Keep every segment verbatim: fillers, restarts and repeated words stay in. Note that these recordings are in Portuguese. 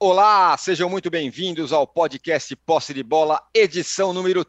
Olá, sejam muito bem-vindos ao podcast Posse de Bola, edição número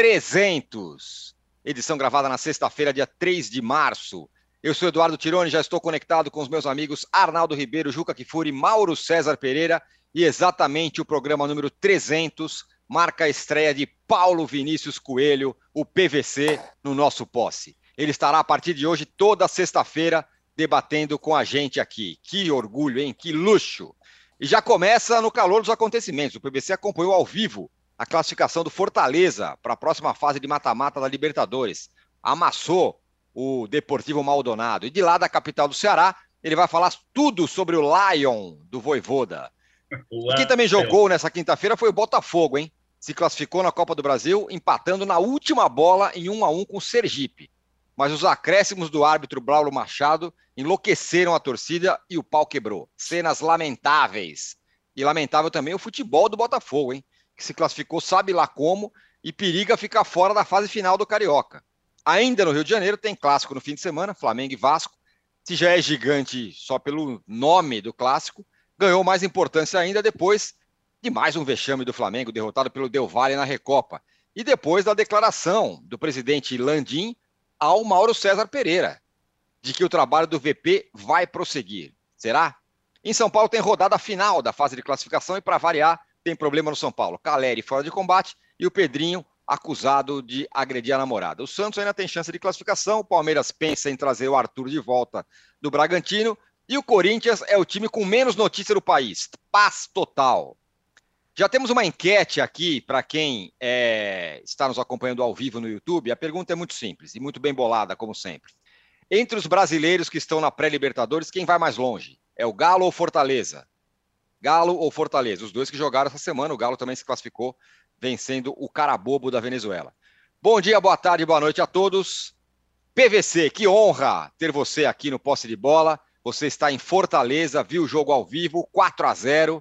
trezentos. Edição gravada na sexta-feira, dia três de março. Eu sou Eduardo Tironi, já estou conectado com os meus amigos Arnaldo Ribeiro, Juca Kfouri, Mauro César Pereira e exatamente o programa número trezentos marca a estreia de Paulo Vinícius Coelho, o P V C, no nosso Posse. Ele estará a partir de hoje, toda sexta-feira, debatendo com a gente aqui. Que orgulho, hein? Que luxo! E já começa no calor dos acontecimentos. O P V C acompanhou ao vivo a classificação do Fortaleza para a próxima fase de mata-mata da Libertadores. Amassou o Deportivo Maldonado. E de lá da capital do Ceará, ele vai falar tudo sobre o Lion do Vojvoda. E quem também jogou nessa quinta-feira foi o Botafogo, hein? Se classificou na Copa do Brasil, empatando na última bola em um a um com o Sergipe. Mas os acréscimos do árbitro Braulio Machado enlouqueceram a torcida e o pau quebrou. Cenas lamentáveis. E lamentável também o futebol do Botafogo, hein? Que se classificou sabe lá como e periga ficar fora da fase final do Carioca. Ainda no Rio de Janeiro tem clássico no fim de semana, Flamengo e Vasco. Se já é gigante só pelo nome do clássico, ganhou mais importância ainda depois de mais um vexame do Flamengo, derrotado pelo Del Valle na Recopa. E depois da declaração do presidente Landim ao Mauro César Pereira, de que o trabalho do V P vai prosseguir. Será? Em São Paulo tem rodada final da fase de classificação e, para variar, tem problema no São Paulo. Caleri fora de combate e o Pedrinho acusado de agredir a namorada. O Santos ainda tem chance de classificação, o Palmeiras pensa em trazer o Arthur de volta do Bragantino e o Corinthians é o time com menos notícia do país. Paz total. Já temos uma enquete aqui para quem é, está nos acompanhando ao vivo no YouTube. A pergunta é muito simples e muito bem bolada, como sempre. Entre os brasileiros que estão na pré-Libertadores, quem vai mais longe? É o Galo ou Fortaleza? Galo ou Fortaleza? Os dois que jogaram essa semana. O Galo também se classificou, vencendo o Carabobo da Venezuela. Bom dia, boa tarde, boa noite a todos. P V C, que honra ter você aqui no Posse de Bola. Você está em Fortaleza, viu o jogo ao vivo, quatro a zero.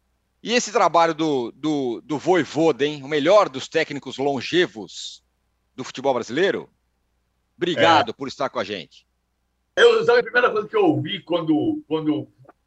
E esse trabalho do, do, do Vojvoda, hein? O melhor dos técnicos longevos do futebol brasileiro. Obrigado é. por estar com a gente. Eu, sabe, a primeira coisa que eu ouvi quando, quando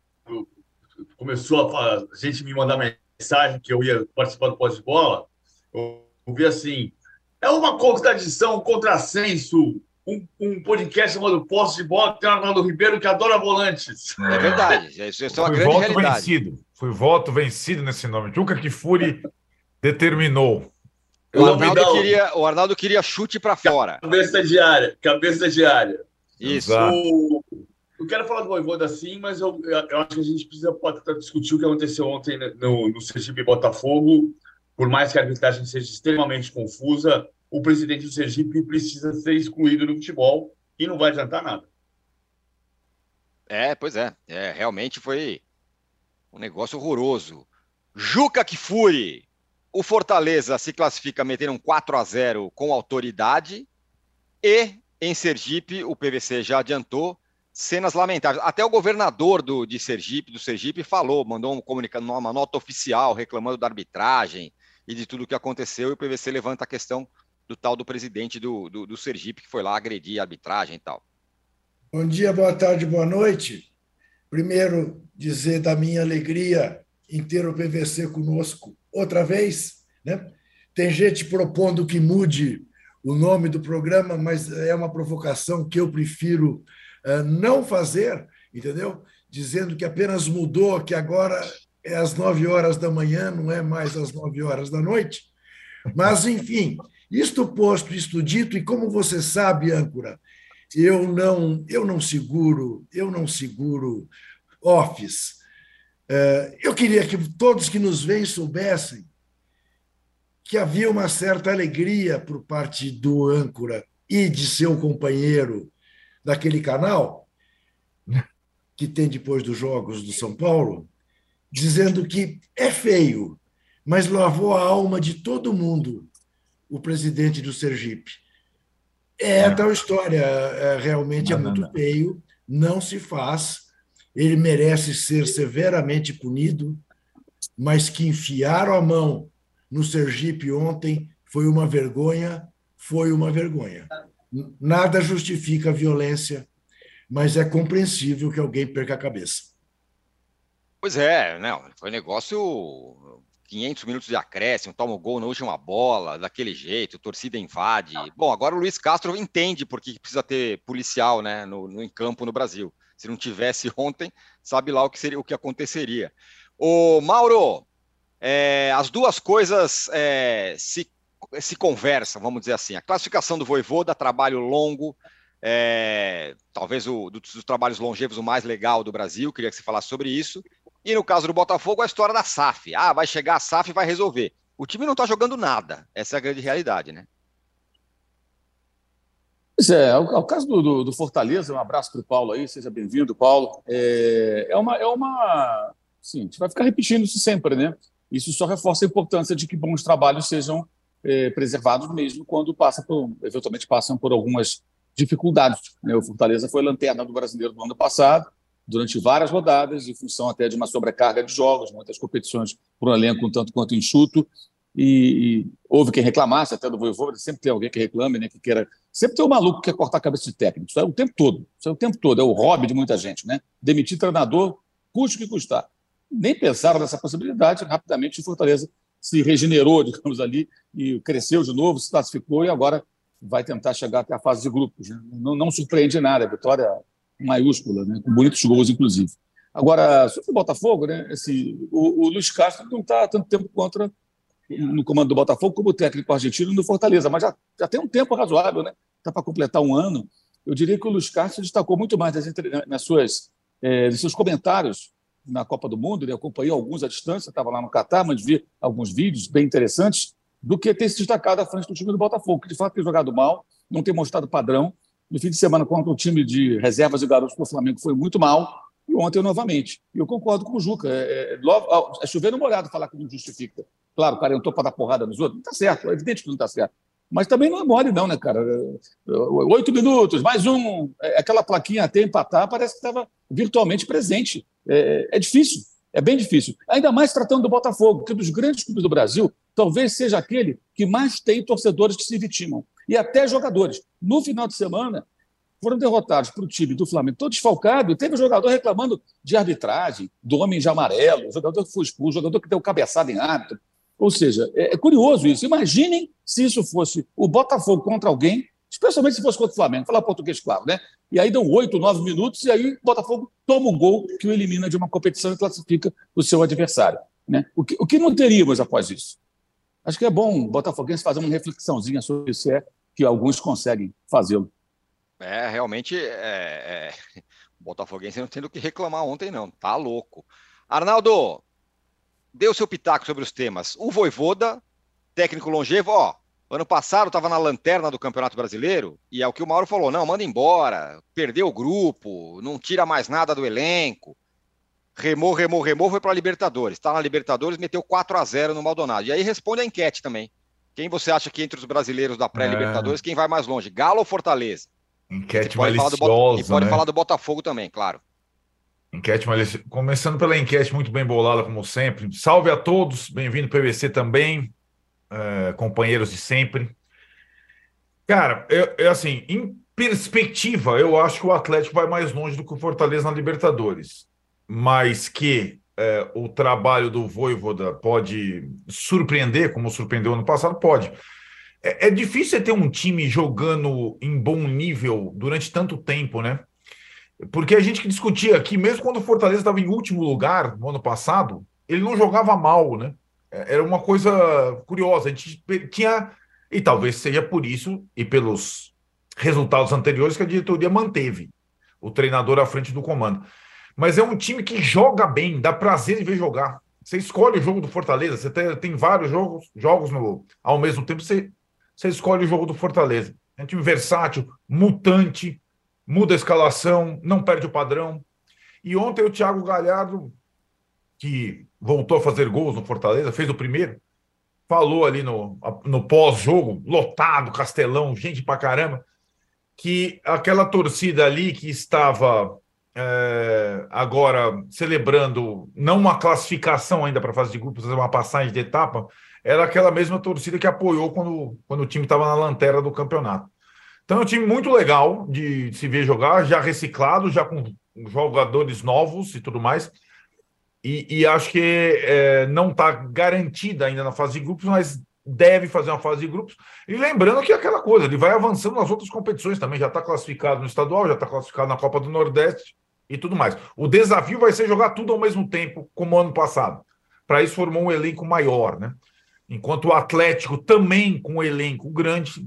começou a, a gente me mandar mensagem que eu ia participar do Posse de Bola, eu ouvi assim, é uma contradição, um contrassenso, um, um podcast chamado Posse de Bola, que tem o Arnaldo Ribeiro que adora volantes. É verdade, isso é uma Foi grande voto realidade. Vencido. Foi voto vencido nesse nome. Juca Kfouri determinou. O Arnaldo, queria, o Arnaldo queria chute para fora. Cabeça de área, cabeça de área. Isso. O... Eu quero falar do Vojvoda sim, mas eu, eu acho que a gente precisa pode discutir o que aconteceu ontem no, no Sergipe e Botafogo. Por mais que a arbitragem seja extremamente confusa, o presidente do Sergipe precisa ser excluído do futebol e não vai adiantar nada. É, pois é. é realmente foi um negócio horroroso. Juca Kfouri. O Fortaleza se classifica metendo um quatro a zero com autoridade e em Sergipe o P V C já adiantou cenas lamentáveis. Até o governador do, de Sergipe, do Sergipe falou, mandou um comunicado, uma nota oficial reclamando da arbitragem e de tudo o que aconteceu e o P V C levanta a questão do tal do presidente do, do, do Sergipe que foi lá agredir a arbitragem e tal. Bom dia, boa tarde, boa noite. Primeiro, dizer da minha alegria em ter o P V C conosco outra vez, né? Tem gente propondo que mude o nome do programa, mas é uma provocação que eu prefiro uh, não fazer, entendeu? Dizendo que apenas mudou, que agora é às nove horas da manhã, não é mais às nove horas da noite. Mas, enfim, isto posto, isto dito, e como você sabe, âncora, eu não, eu não seguro, eu não seguro offs. Eu queria que todos que nos veem soubessem que havia uma certa alegria por parte do âncora e de seu companheiro daquele canal, que tem depois dos Jogos do São Paulo, dizendo que é feio, mas lavou a alma de todo mundo o presidente do Sergipe. É tal história, é, realmente não, é muito não, não. feio, não se faz, ele merece ser severamente punido, mas que enfiaram a mão no Sergipe ontem foi uma vergonha, foi uma vergonha. Nada justifica a violência, mas é compreensível que alguém perca a cabeça. Pois é, não, foi um negócio, quinhentos minutos de acréscimo, toma o gol na última bola, daquele jeito, torcida invade. Bom, agora o Luiz Castro entende por que precisa ter policial, né, no, no em campo no Brasil. Se não tivesse ontem, sabe lá o que seria, o que aconteceria. Ô, Mauro, é, as duas coisas é, se, se conversam, vamos dizer assim. A classificação do Vojvoda, trabalho longo, é, talvez o dos, dos trabalhos longevos o mais legal do Brasil, queria que você falasse sobre isso. E no caso do Botafogo, a história da S A F. Ah, vai chegar a S A F e vai resolver. O time não está jogando nada. Essa é a grande realidade, né? Pois é, é o caso do, do, do Fortaleza. Um abraço para o Paulo aí, seja bem-vindo, Paulo. É, é uma. É uma sim, a gente vai ficar repetindo isso sempre, né? Isso só reforça a importância de que bons trabalhos sejam é, preservados mesmo quando passa por, eventualmente passam por algumas dificuldades, né? O Fortaleza foi lanterna do Brasileiro do ano passado, durante várias rodadas, em função até de uma sobrecarga de jogos, muitas competições por um elenco um tanto quanto enxuto, e, e houve quem reclamasse, até do Vojvoda, sempre tem alguém que reclame, né, que queira, sempre tem um maluco que quer cortar a cabeça de técnico, isso é o tempo todo, isso é o tempo todo, é o hobby de muita gente, né? Demitir treinador, custe o que custar. Nem pensaram nessa possibilidade, rapidamente o Fortaleza se regenerou, digamos ali, e cresceu de novo, se classificou e agora vai tentar chegar até a fase de grupos, né? Não, não surpreende nada, a vitória maiúscula, né? Com bonitos gols, inclusive. Agora, sobre o Botafogo, né? Esse, o, o Luiz Castro não está há tanto tempo contra, no comando do Botafogo como técnico argentino no Fortaleza, mas já, já tem um tempo razoável, né? Está para completar um ano. Eu diria que o Luiz Castro destacou muito mais nas, nas suas, eh, nos seus comentários na Copa do Mundo, ele acompanhou alguns à distância, estava lá no Catar, mas vi alguns vídeos bem interessantes, do que ter se destacado à frente do time do Botafogo, que de fato tem jogado mal, não tem mostrado padrão. No fim de semana, contra o time de reservas e garotos do Flamengo, foi muito mal, e ontem novamente. E eu concordo com o Juca, é, é, é chover no molhado falar que não justifica. Claro, o cara entrou para dar porrada nos outros, não está certo, é evidente que não está certo. Mas também não é mole, não, né, cara? Oito minutos, mais um. Aquela plaquinha até empatar parece que estava virtualmente presente. É, é difícil, é bem difícil. Ainda mais tratando do Botafogo, que dos grandes clubes do Brasil, talvez seja aquele que mais tem torcedores que se vitimam. E até jogadores. No final de semana, foram derrotados para o time do Flamengo, todo desfalcado, e teve um jogador reclamando de arbitragem, do homem de amarelo, jogador que foi expulso, jogador que deu cabeçada em árbitro. Ou seja, é curioso isso. Imaginem se isso fosse o Botafogo contra alguém, especialmente se fosse contra o Flamengo, falar português claro, né? E aí dão oito, nove minutos e aí o Botafogo toma um gol que o elimina de uma competição e classifica o seu adversário, né? O que, o que não teríamos após isso? Acho que é bom o botafoguense fazer uma reflexãozinha sobre isso, é que alguns conseguem fazê-lo. É, realmente, é, é... o botafoguense não tem do que reclamar ontem, não. Tá louco. Arnaldo, dê o seu pitaco sobre os temas. O Vojvoda, técnico longevo, ó, ano passado estava na lanterna do Campeonato Brasileiro, e é o que o Mauro falou, não, manda embora, perdeu o grupo, não tira mais nada do elenco, remou, remou, remou, foi para a Libertadores, está na Libertadores, meteu quatro a zero no Maldonado. E aí responde a enquete também. Quem você acha que entre os brasileiros da pré-Libertadores, é. quem vai mais longe, Galo ou Fortaleza? Enquete pode maliciosa, falar do, e pode né? falar do Botafogo também, claro. Enquete maliciosa. Começando pela enquete muito bem bolada, como sempre. Salve a todos, bem-vindo P V C também, é, companheiros de sempre. Cara, eu, eu, assim, em perspectiva, eu acho que o Atlético vai mais longe do que o Fortaleza na Libertadores. Mas que é, o trabalho do Vojvoda pode surpreender, como surpreendeu ano passado, pode. É, é difícil ter um time jogando em bom nível durante tanto tempo, né? Porque a gente que discutia aqui, mesmo quando o Fortaleza estava em último lugar no ano passado, ele não jogava mal, né? Era uma coisa curiosa. A gente tinha, e talvez seja por isso, e pelos resultados anteriores, que a diretoria manteve o treinador à frente do comando. Mas é um time que joga bem, dá prazer em ver jogar. Você escolhe o jogo do Fortaleza, você tem, tem vários jogos, jogos no, ao mesmo tempo, você, você escolhe o jogo do Fortaleza. É um time versátil, mutante, muda a escalação, não perde o padrão. E ontem o Thiago Galhardo, que voltou a fazer gols no Fortaleza, fez o primeiro, falou ali no, no pós-jogo, lotado, Castelão, gente pra caramba, que aquela torcida ali que estava é, agora celebrando não uma classificação ainda para a fase de grupos, mas uma passagem de etapa, era aquela mesma torcida que apoiou quando, quando o time estava na lanterna do campeonato. Então é um time muito legal de se ver jogar, já reciclado, já com jogadores novos e tudo mais. e, e acho que é, não está garantida ainda na fase de grupos, mas deve fazer uma fase de grupos. E lembrando que é aquela coisa, ele vai avançando nas outras competições também, já está classificado no estadual, já está classificado na Copa do Nordeste e tudo mais. O desafio vai ser jogar tudo ao mesmo tempo, como ano passado. Para isso formou um elenco maior, né? Enquanto o Atlético também com um elenco grande,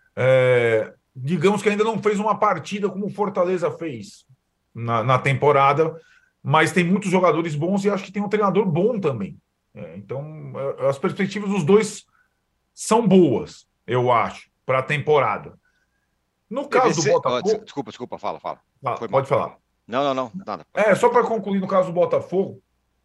é, digamos que ainda não fez uma partida como o Fortaleza fez na, na temporada, mas tem muitos jogadores bons e acho que tem um treinador bom também. É, então, as perspectivas dos dois são boas, eu acho, para a temporada. No caso do Botafogo... Oh, desculpa, desculpa, fala, fala. Ah, pode falar. Não, não, não, nada. É, só para concluir, no caso do Botafogo,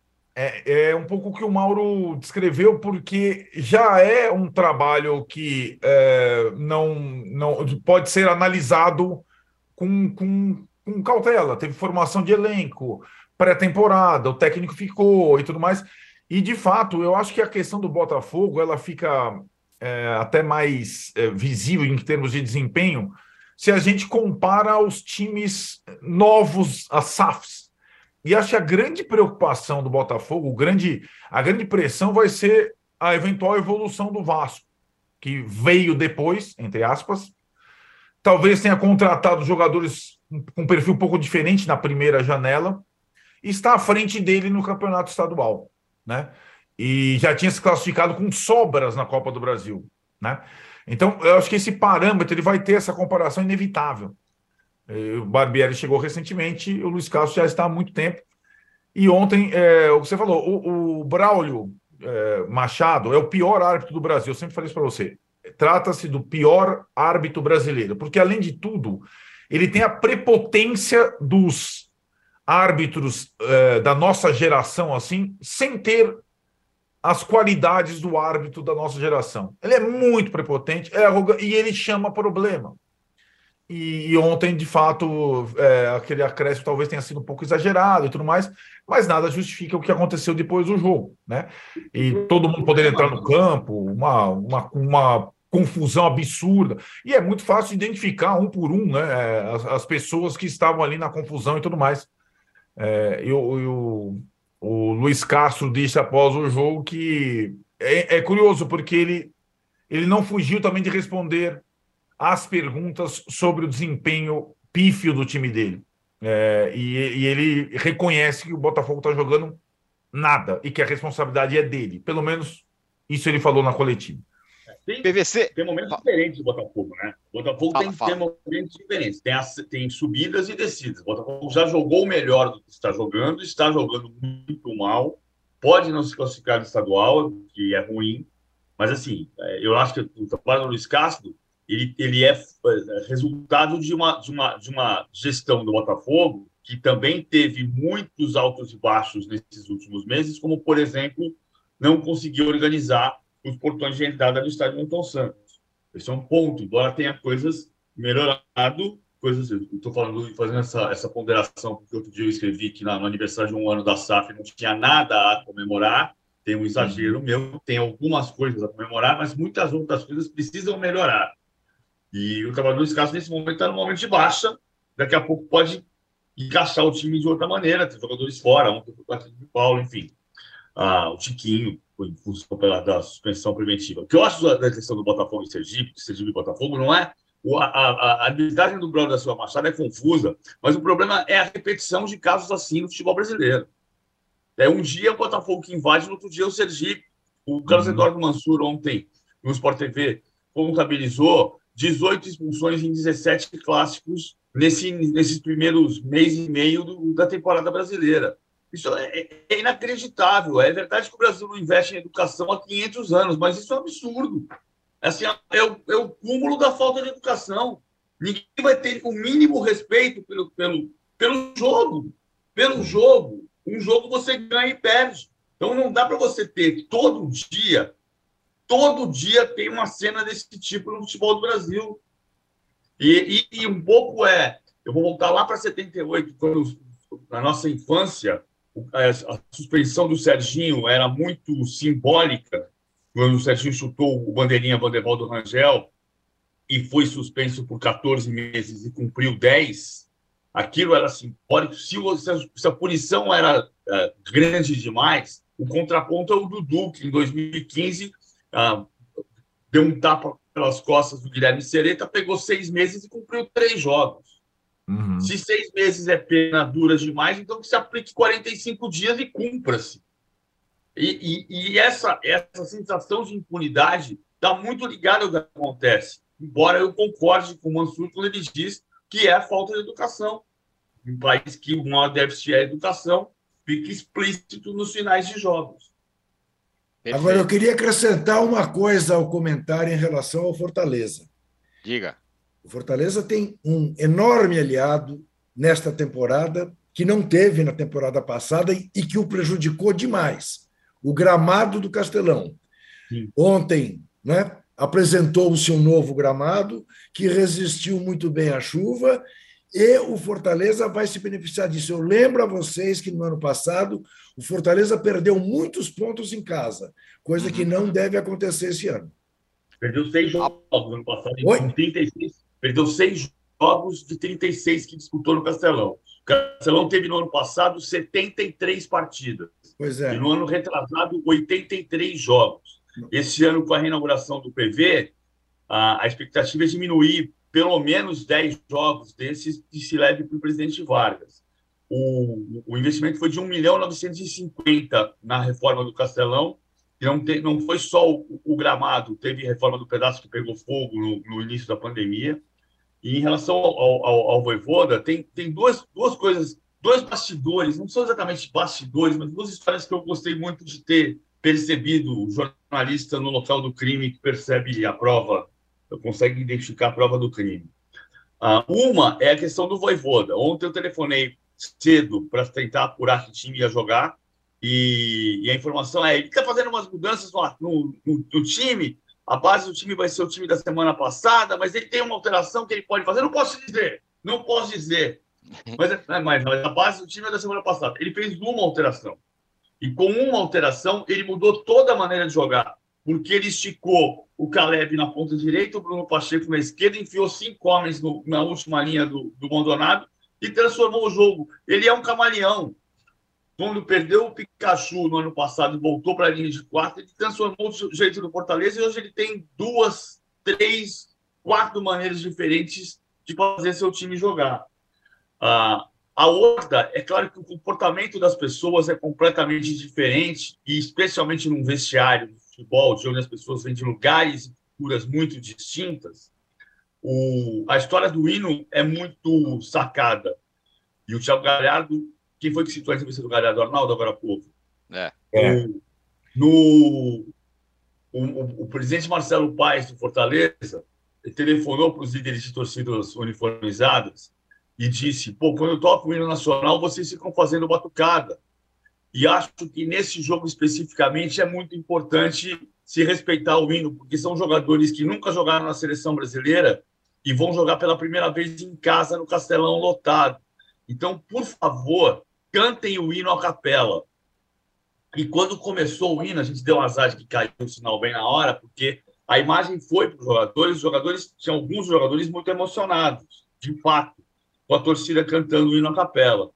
é, é um pouco o que o Mauro descreveu, porque já é um trabalho que é, não, não pode ser analisado com, com, com cautela. Teve formação de elenco, pré-temporada, o técnico ficou e tudo mais. E, de fato, eu acho que a questão do Botafogo ela fica é, até mais é, visível em termos de desempenho se a gente compara aos times novos, as S A Fs. E acho que a grande preocupação do Botafogo, o grande, a grande pressão vai ser a eventual evolução do Vasco, que veio depois, entre aspas. Talvez tenha contratado jogadores com um perfil um pouco diferente na primeira janela e está à frente dele no campeonato estadual, né? E já tinha se classificado com sobras na Copa do Brasil, né? Então, eu acho que esse parâmetro ele vai ter essa comparação inevitável. O Barbieri chegou recentemente, o Luiz Castro já está há muito tempo. E ontem, é, o que você falou, o, o Braulio é, Machado é o pior árbitro do Brasil. Eu sempre falei isso para você. Trata-se do pior árbitro brasileiro, porque, além de tudo, ele tem a prepotência dos árbitros é, da nossa geração, assim, sem ter as qualidades do árbitro da nossa geração. Ele é muito prepotente é arrogante, e ele chama problema. E, e ontem, de fato, é, aquele acréscimo talvez tenha sido um pouco exagerado e tudo mais, mas nada justifica o que aconteceu depois do jogo, né? E todo mundo poder entrar no campo, uma, uma, uma confusão absurda. E é muito fácil identificar um por um, né, as, as pessoas que estavam ali na confusão e tudo mais. É, e o, e o, o Luiz Castro disse após o jogo que é, é curioso, porque ele, ele não fugiu também de responder às perguntas sobre o desempenho pífio do time dele. É, e, e ele reconhece que o Botafogo está jogando nada e que a responsabilidade é dele. Pelo menos isso ele falou na coletiva. Tem, P V C... tem momentos fala. diferentes do Botafogo, né? O Botafogo fala, tem, fala. tem momentos diferentes. Tem, as, tem subidas e descidas. O Botafogo já jogou o melhor do que está jogando, está jogando muito mal, pode não se classificar no estadual, que é ruim, mas assim, eu acho que o trabalho do Luiz Castro Ele, ele é resultado de uma, de, uma, de uma gestão do Botafogo que também teve muitos altos e baixos nesses últimos meses, como, por exemplo, não conseguiu organizar os portões de entrada do estádio Newton Santos. Esse é um ponto, embora tenha coisas melhorado, coisas, estou falando, fazendo essa, essa ponderação, porque outro dia eu escrevi que no aniversário de um ano da S A F não tinha nada a comemorar, tem um exagero meu, tem algumas coisas a comemorar, mas muitas outras coisas precisam melhorar. E o trabalho do Luiz Castro, nesse momento, está no momento de baixa. Daqui a pouco pode encaixar o time de outra maneira. Tem jogadores fora, ontem foi o Patrick de Paulo, enfim. Ah, o Tiquinho, foi em função pela, da suspensão preventiva. O que eu acho da questão do Botafogo e Sergipe, Sergipe e Botafogo, não é... A, a, a arbitragem do Braulio da Silva Machado é confusa, mas o problema é a repetição de casos assim no futebol brasileiro. É um dia o Botafogo que invade, no outro dia o Sergipe. O Carlos uhum. Eduardo Mansur, ontem, no Sport T V, contabilizou dezoito expulsões em dezessete clássicos nesse, nesses primeiros mês e meio do, da temporada brasileira. Isso é, é inacreditável. É verdade que o Brasil não investe em educação há quinhentos anos, mas isso é um absurdo. Assim, é, o, é o cúmulo da falta de educação. Ninguém vai ter o mínimo respeito pelo, pelo, pelo jogo. Pelo jogo. Um jogo você ganha e perde. Então não dá para você ter todo dia... Todo dia tem uma cena desse tipo no futebol do Brasil. E, e, e um pouco é... Eu vou voltar lá para setenta e oito, quando, na nossa infância, a, a suspensão do Serginho era muito simbólica, quando o Serginho chutou o bandeirinha Vandervaldo Rangel e foi suspenso por quatorze meses e cumpriu dez. aquilo era simbólico. Se, se a punição era uh, grande demais, o contraponto é o Dudu, que em dois mil e quinze uh, deu um tapa pelas costas do Guilherme Sereta, pegou seis meses e cumpriu três jogos. Uhum. Se seis meses é pena dura demais, então que se aplique quarenta e cinco dias e cumpra-se. E, e, e essa, essa sensação de impunidade está muito ligada ao que acontece. Embora eu concorde com o Mansur quando ele diz que é a falta de educação. Em um país que o maior déficit é a educação, fica explícito nos finais de jogos. Perfeito. Agora, eu queria acrescentar uma coisa ao comentário em relação ao Fortaleza. Diga. O Fortaleza tem um enorme aliado nesta temporada, que não teve na temporada passada e que o prejudicou demais. O gramado do Castelão. Sim. Ontem, né, apresentou-se um novo gramado que resistiu muito bem à chuva e o Fortaleza vai se beneficiar disso. Eu lembro a vocês que no ano passado o Fortaleza perdeu muitos pontos em casa, coisa que não deve acontecer esse ano. Perdeu seis jogos no ano passado, em trinta e seis, perdeu seis jogos de trinta e seis que disputou no Castelão. O Castelão teve no ano passado setenta e três partidas. Pois é. E no ano retrasado, oitenta e três jogos. Esse ano, com a reinauguração do P V, a, a expectativa é diminuir pelo menos dez jogos desses que se leve para o presidente Vargas. O, o investimento foi de um milhão novecentos e cinquenta na reforma do Castelão, e não, te, não foi só o, o gramado, teve reforma do pedaço que pegou fogo no, no início da pandemia. E em relação ao, ao, ao Vojvoda, tem, tem duas, duas coisas, dois bastidores, não são exatamente bastidores, mas duas histórias que eu gostei muito de ter percebido. O jornalista no local do crime que percebe a prova, consegue identificar a prova do crime. Uh, uma é a questão do Vojvoda. Ontem eu telefonei cedo para tentar apurar que time ia jogar, e, e a informação é ele está fazendo umas mudanças no, no, no, no time, a base do time vai ser o time da semana passada, mas ele tem uma alteração que ele pode fazer. Não posso dizer, não posso dizer, mas, mas, mas a base do time é da semana passada. Ele fez uma alteração, e com uma alteração ele mudou toda a maneira de jogar, porque ele esticou o Caleb na ponta direita, o Bruno Pacheco na esquerda, enfiou cinco homens no, na última linha do, do Maldonado e transformou o jogo. Ele é um camaleão. Quando perdeu o Pikachu no ano passado e voltou para a linha de quatro, ele transformou o jeito do Fortaleza e hoje ele tem duas, três, quatro maneiras diferentes de fazer seu time jogar. Ah, a outra, é claro que o comportamento das pessoas é completamente diferente, e especialmente num vestiário de futebol, de onde as pessoas vêm de lugares e culturas muito distintas, o, a história do hino é muito sacada. E o Thiago Galhardo, quem foi que citou a entrevista do Galhardo? Arnaldo, agora há pouco. É. O, no, o, o, o presidente Marcelo Paes, do Fortaleza, telefonou para os líderes de torcidas uniformizadas e disse: pô, quando eu toco o hino nacional, vocês ficam fazendo batucada. E acho que nesse jogo especificamente é muito importante se respeitar o hino, porque são jogadores que nunca jogaram na seleção brasileira e vão jogar pela primeira vez em casa no Castelão lotado. Então, por favor, cantem o hino à capela. E quando começou o hino, a gente deu um azar de que caiu o sinal bem na hora, porque a imagem foi para os jogadores, os jogadores, tinham alguns jogadores muito emocionados, de fato, com a torcida cantando o hino à capela.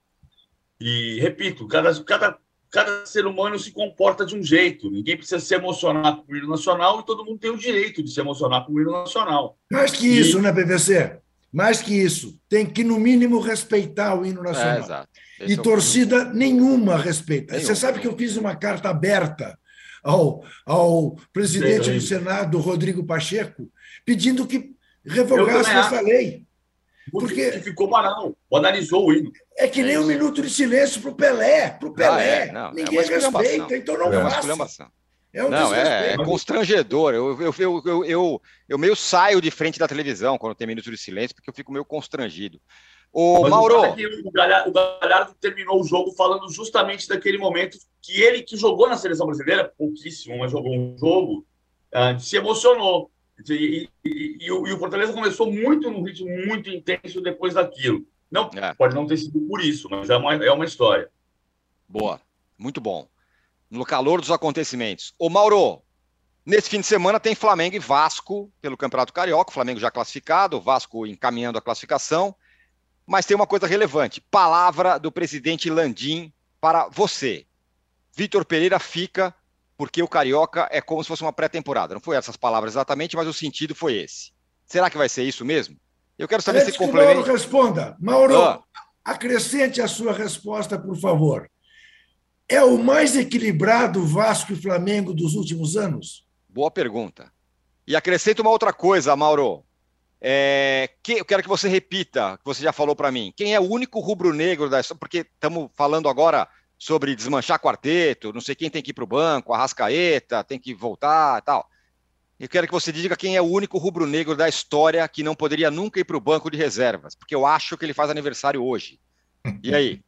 E, repito, cada, cada, cada ser humano se comporta de um jeito. Ninguém precisa se emocionar com o hino nacional e todo mundo tem o direito de se emocionar com o hino nacional. Mais que e... isso, né, P V C? Mais que isso. Tem que, no mínimo, respeitar o hino nacional. É, exato. E é torcida o... nenhuma respeita. Nenhum. Você sabe que eu fiz uma carta aberta ao, ao presidente Sim, do Senado, Rodrigo Pacheco, pedindo que revogasse essa lei. Porque ficou marão, banalizou o hino. É que nem é um minuto de silêncio para o Pelé. Para o Pelé. Ah, é. Não, Ninguém é respeita, então não é faça. É um não, é, é constrangedor. Eu, eu, eu, eu, eu, eu meio saio de frente da televisão quando tem minuto de silêncio, porque eu fico meio constrangido. Ô, mas Mauro... O Galhardo, o Galhardo terminou o jogo falando justamente daquele momento que ele, que jogou na seleção brasileira, pouquíssimo, mas jogou um jogo, uh, se emocionou. E, e, e, e, o, e o Fortaleza começou muito num ritmo muito intenso depois daquilo. Não, é. Pode não ter sido por isso, mas é uma, é uma história. Boa, muito bom. No calor dos acontecimentos. Ô, Mauro, nesse fim de semana tem Flamengo e Vasco pelo Campeonato Carioca. O Flamengo já classificado, o Vasco encaminhando a classificação. Mas tem uma coisa relevante. Palavra do presidente Landim para você. Vitor Pereira fica porque o Carioca é como se fosse uma pré-temporada. Não foi essas palavras exatamente, mas o sentido foi esse. Será que vai ser isso mesmo? Eu quero saber Antes se que complementa. Mauro responda. Mauro, Ah. acrescente a sua resposta, por favor. É o mais equilibrado Vasco e Flamengo dos últimos anos? Boa pergunta. E acrescento uma outra coisa, Mauro. É, que, eu quero que você repita, que você já falou para mim. Quem é o único rubro-negro da história? Porque estamos falando agora sobre desmanchar quarteto, não sei quem tem que ir para o banco, Arrascaeta, tem que voltar e tal. Eu quero que você diga quem é o único rubro-negro da história que não poderia nunca ir para o banco de reservas, porque eu acho que ele faz aniversário hoje. E aí?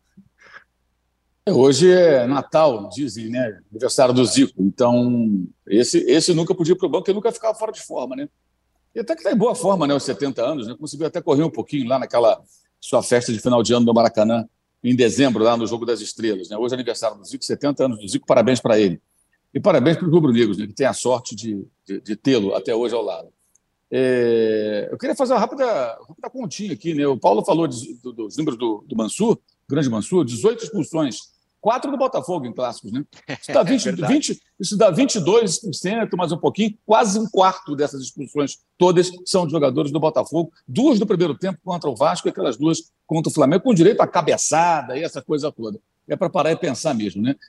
Hoje é Natal, dizem, né? Aniversário do Zico. Então, esse, esse nunca podia ir para o banco, ele nunca ficava fora de forma, né? E até que está em boa forma, né? Aos setenta anos, né? Conseguiu até correr um pouquinho lá naquela sua festa de final de ano do Maracanã, em dezembro, lá no Jogo das Estrelas, né? Hoje é aniversário do Zico, setenta anos do Zico, parabéns para ele. E parabéns para os rubro-negros, né? Que tem a sorte de, de, de tê-lo até hoje ao lado. É, eu queria fazer uma rápida, rápida continha aqui, né? O Paulo falou de, do, dos números do, do Mansur, grande Mansur, dezoito expulsões, quatro do Botafogo em clássicos, né? Isso dá, vinte, É vinte, isso dá vinte e dois por cento, mais um pouquinho, quase um quarto dessas expulsões, todas são de jogadores do Botafogo, duas do primeiro tempo contra o Vasco e aquelas duas contra o Flamengo, com direito à cabeçada e essa coisa toda. É para parar e pensar mesmo, né?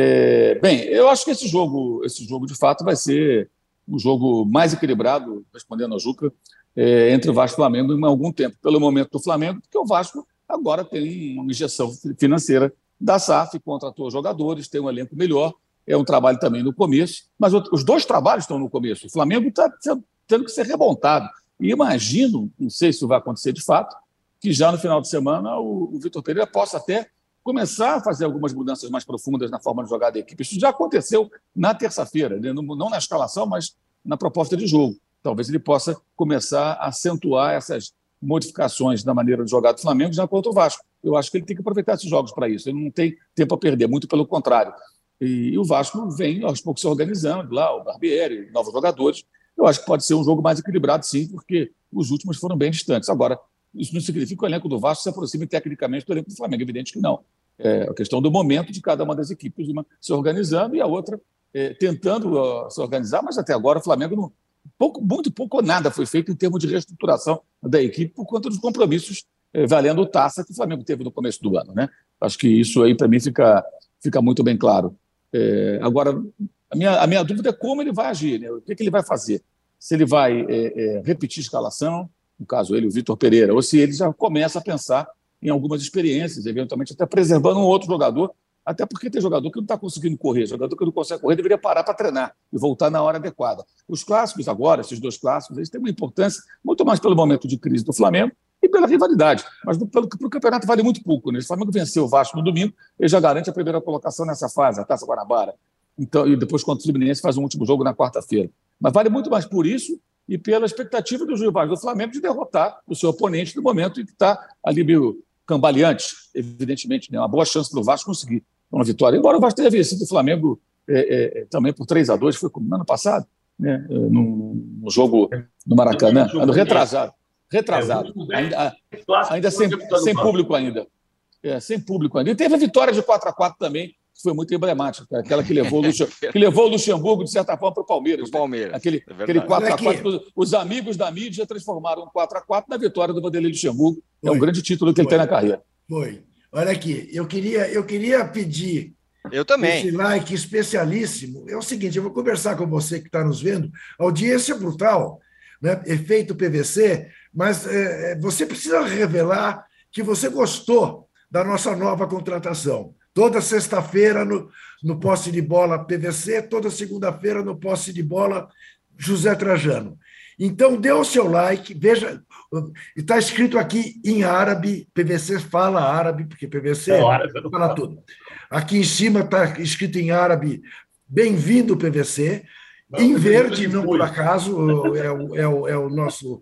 É, bem, eu acho que esse jogo, esse jogo, de fato, vai ser um jogo mais equilibrado, respondendo a Juca, é, entre o Vasco e o Flamengo em algum tempo, pelo momento do Flamengo, porque o Vasco agora tem uma injeção financeira da S A F, contratou jogadores, tem um elenco melhor, é um trabalho também no começo, mas os dois trabalhos estão no começo. O Flamengo está tendo que ser remontado. E imagino, não sei se isso vai acontecer de fato, que já no final de semana o, o Vitor Pereira possa até começar a fazer algumas mudanças mais profundas na forma de jogar da equipe. Isso já aconteceu na terça-feira, né? Não na escalação, mas na proposta de jogo. Talvez ele possa começar a acentuar essas modificações na maneira de jogar do Flamengo já contra o Vasco. Eu acho que ele tem que aproveitar esses jogos para isso. Ele não tem tempo a perder, muito pelo contrário. E, e o Vasco vem, aos poucos, se organizando lá, o Barbieri, novos jogadores. Eu acho que pode ser um jogo mais equilibrado, sim, porque os últimos foram bem distantes. Agora, isso não significa que o elenco do Vasco se aproxime tecnicamente do elenco do Flamengo. Evidente que não. É a questão do momento de cada uma das equipes, uma se organizando e a outra é, tentando uh, se organizar, mas até agora o Flamengo não, pouco, muito pouco ou nada foi feito em termos de reestruturação da equipe por conta dos compromissos é, valendo taça que o Flamengo teve no começo do ano, né? Acho que isso aí para mim fica, fica muito bem claro. É, agora, a minha, a minha dúvida é como ele vai agir, né? O que, que ele vai fazer? Se ele vai é, é, repetir a escalação, no caso ele, o Vitor Pereira, ou se ele já começa a pensar em algumas experiências, eventualmente até preservando um outro jogador, até porque tem jogador que não está conseguindo correr, jogador que não consegue correr deveria parar para treinar e voltar na hora adequada. Os clássicos agora, esses dois clássicos, eles têm uma importância muito mais pelo momento de crise do Flamengo e pela rivalidade, mas pelo que o campeonato vale muito pouco, né? Se o Flamengo venceu o Vasco no domingo, ele já garante a primeira colocação nessa fase, a Taça Guanabara, então, e depois contra o Fluminense faz um último jogo na quarta-feira. Mas vale muito mais por isso e pela expectativa dos rivais do Flamengo de derrotar o seu oponente no momento em que está ali meio cambaleante, evidentemente, né? Uma boa chance para o Vasco conseguir uma vitória. Embora o Vasco tenha vencido o Flamengo é, é, também por três a dois, foi no ano passado, né? no, no jogo no Maracanã, ano retrasado. Retrasado. Ainda, ainda sem, sem público ainda. É, sem público ainda. E teve a vitória de quatro a quatro também, que foi muito emblemática, aquela que levou o, Luxem, que levou o Luxemburgo, de certa forma, para o Palmeiras. Né? Palmeiras. Aquele, é aquele quatro a quatro, os amigos da mídia transformaram um quatro a quatro na vitória do Vanderlei Luxemburgo. Foi. É um grande título que ele foi. Tem na carreira. Foi. Olha aqui, eu queria, eu queria pedir eu também. esse like especialíssimo. É o seguinte, eu vou conversar com você que está nos vendo. A audiência brutal, né? Efeito P V C, mas é, você precisa revelar que você gostou da nossa nova contratação. Toda sexta-feira no, no Posse de Bola P V C, toda segunda-feira no Posse de Bola José Trajano. Então, dê o seu like, veja, está escrito aqui em árabe, P V C fala árabe, porque P V C é árabe, fala tudo. Aqui em cima está escrito em árabe, bem-vindo P V C, não, em verde, não por acaso, é o, é o, é o nosso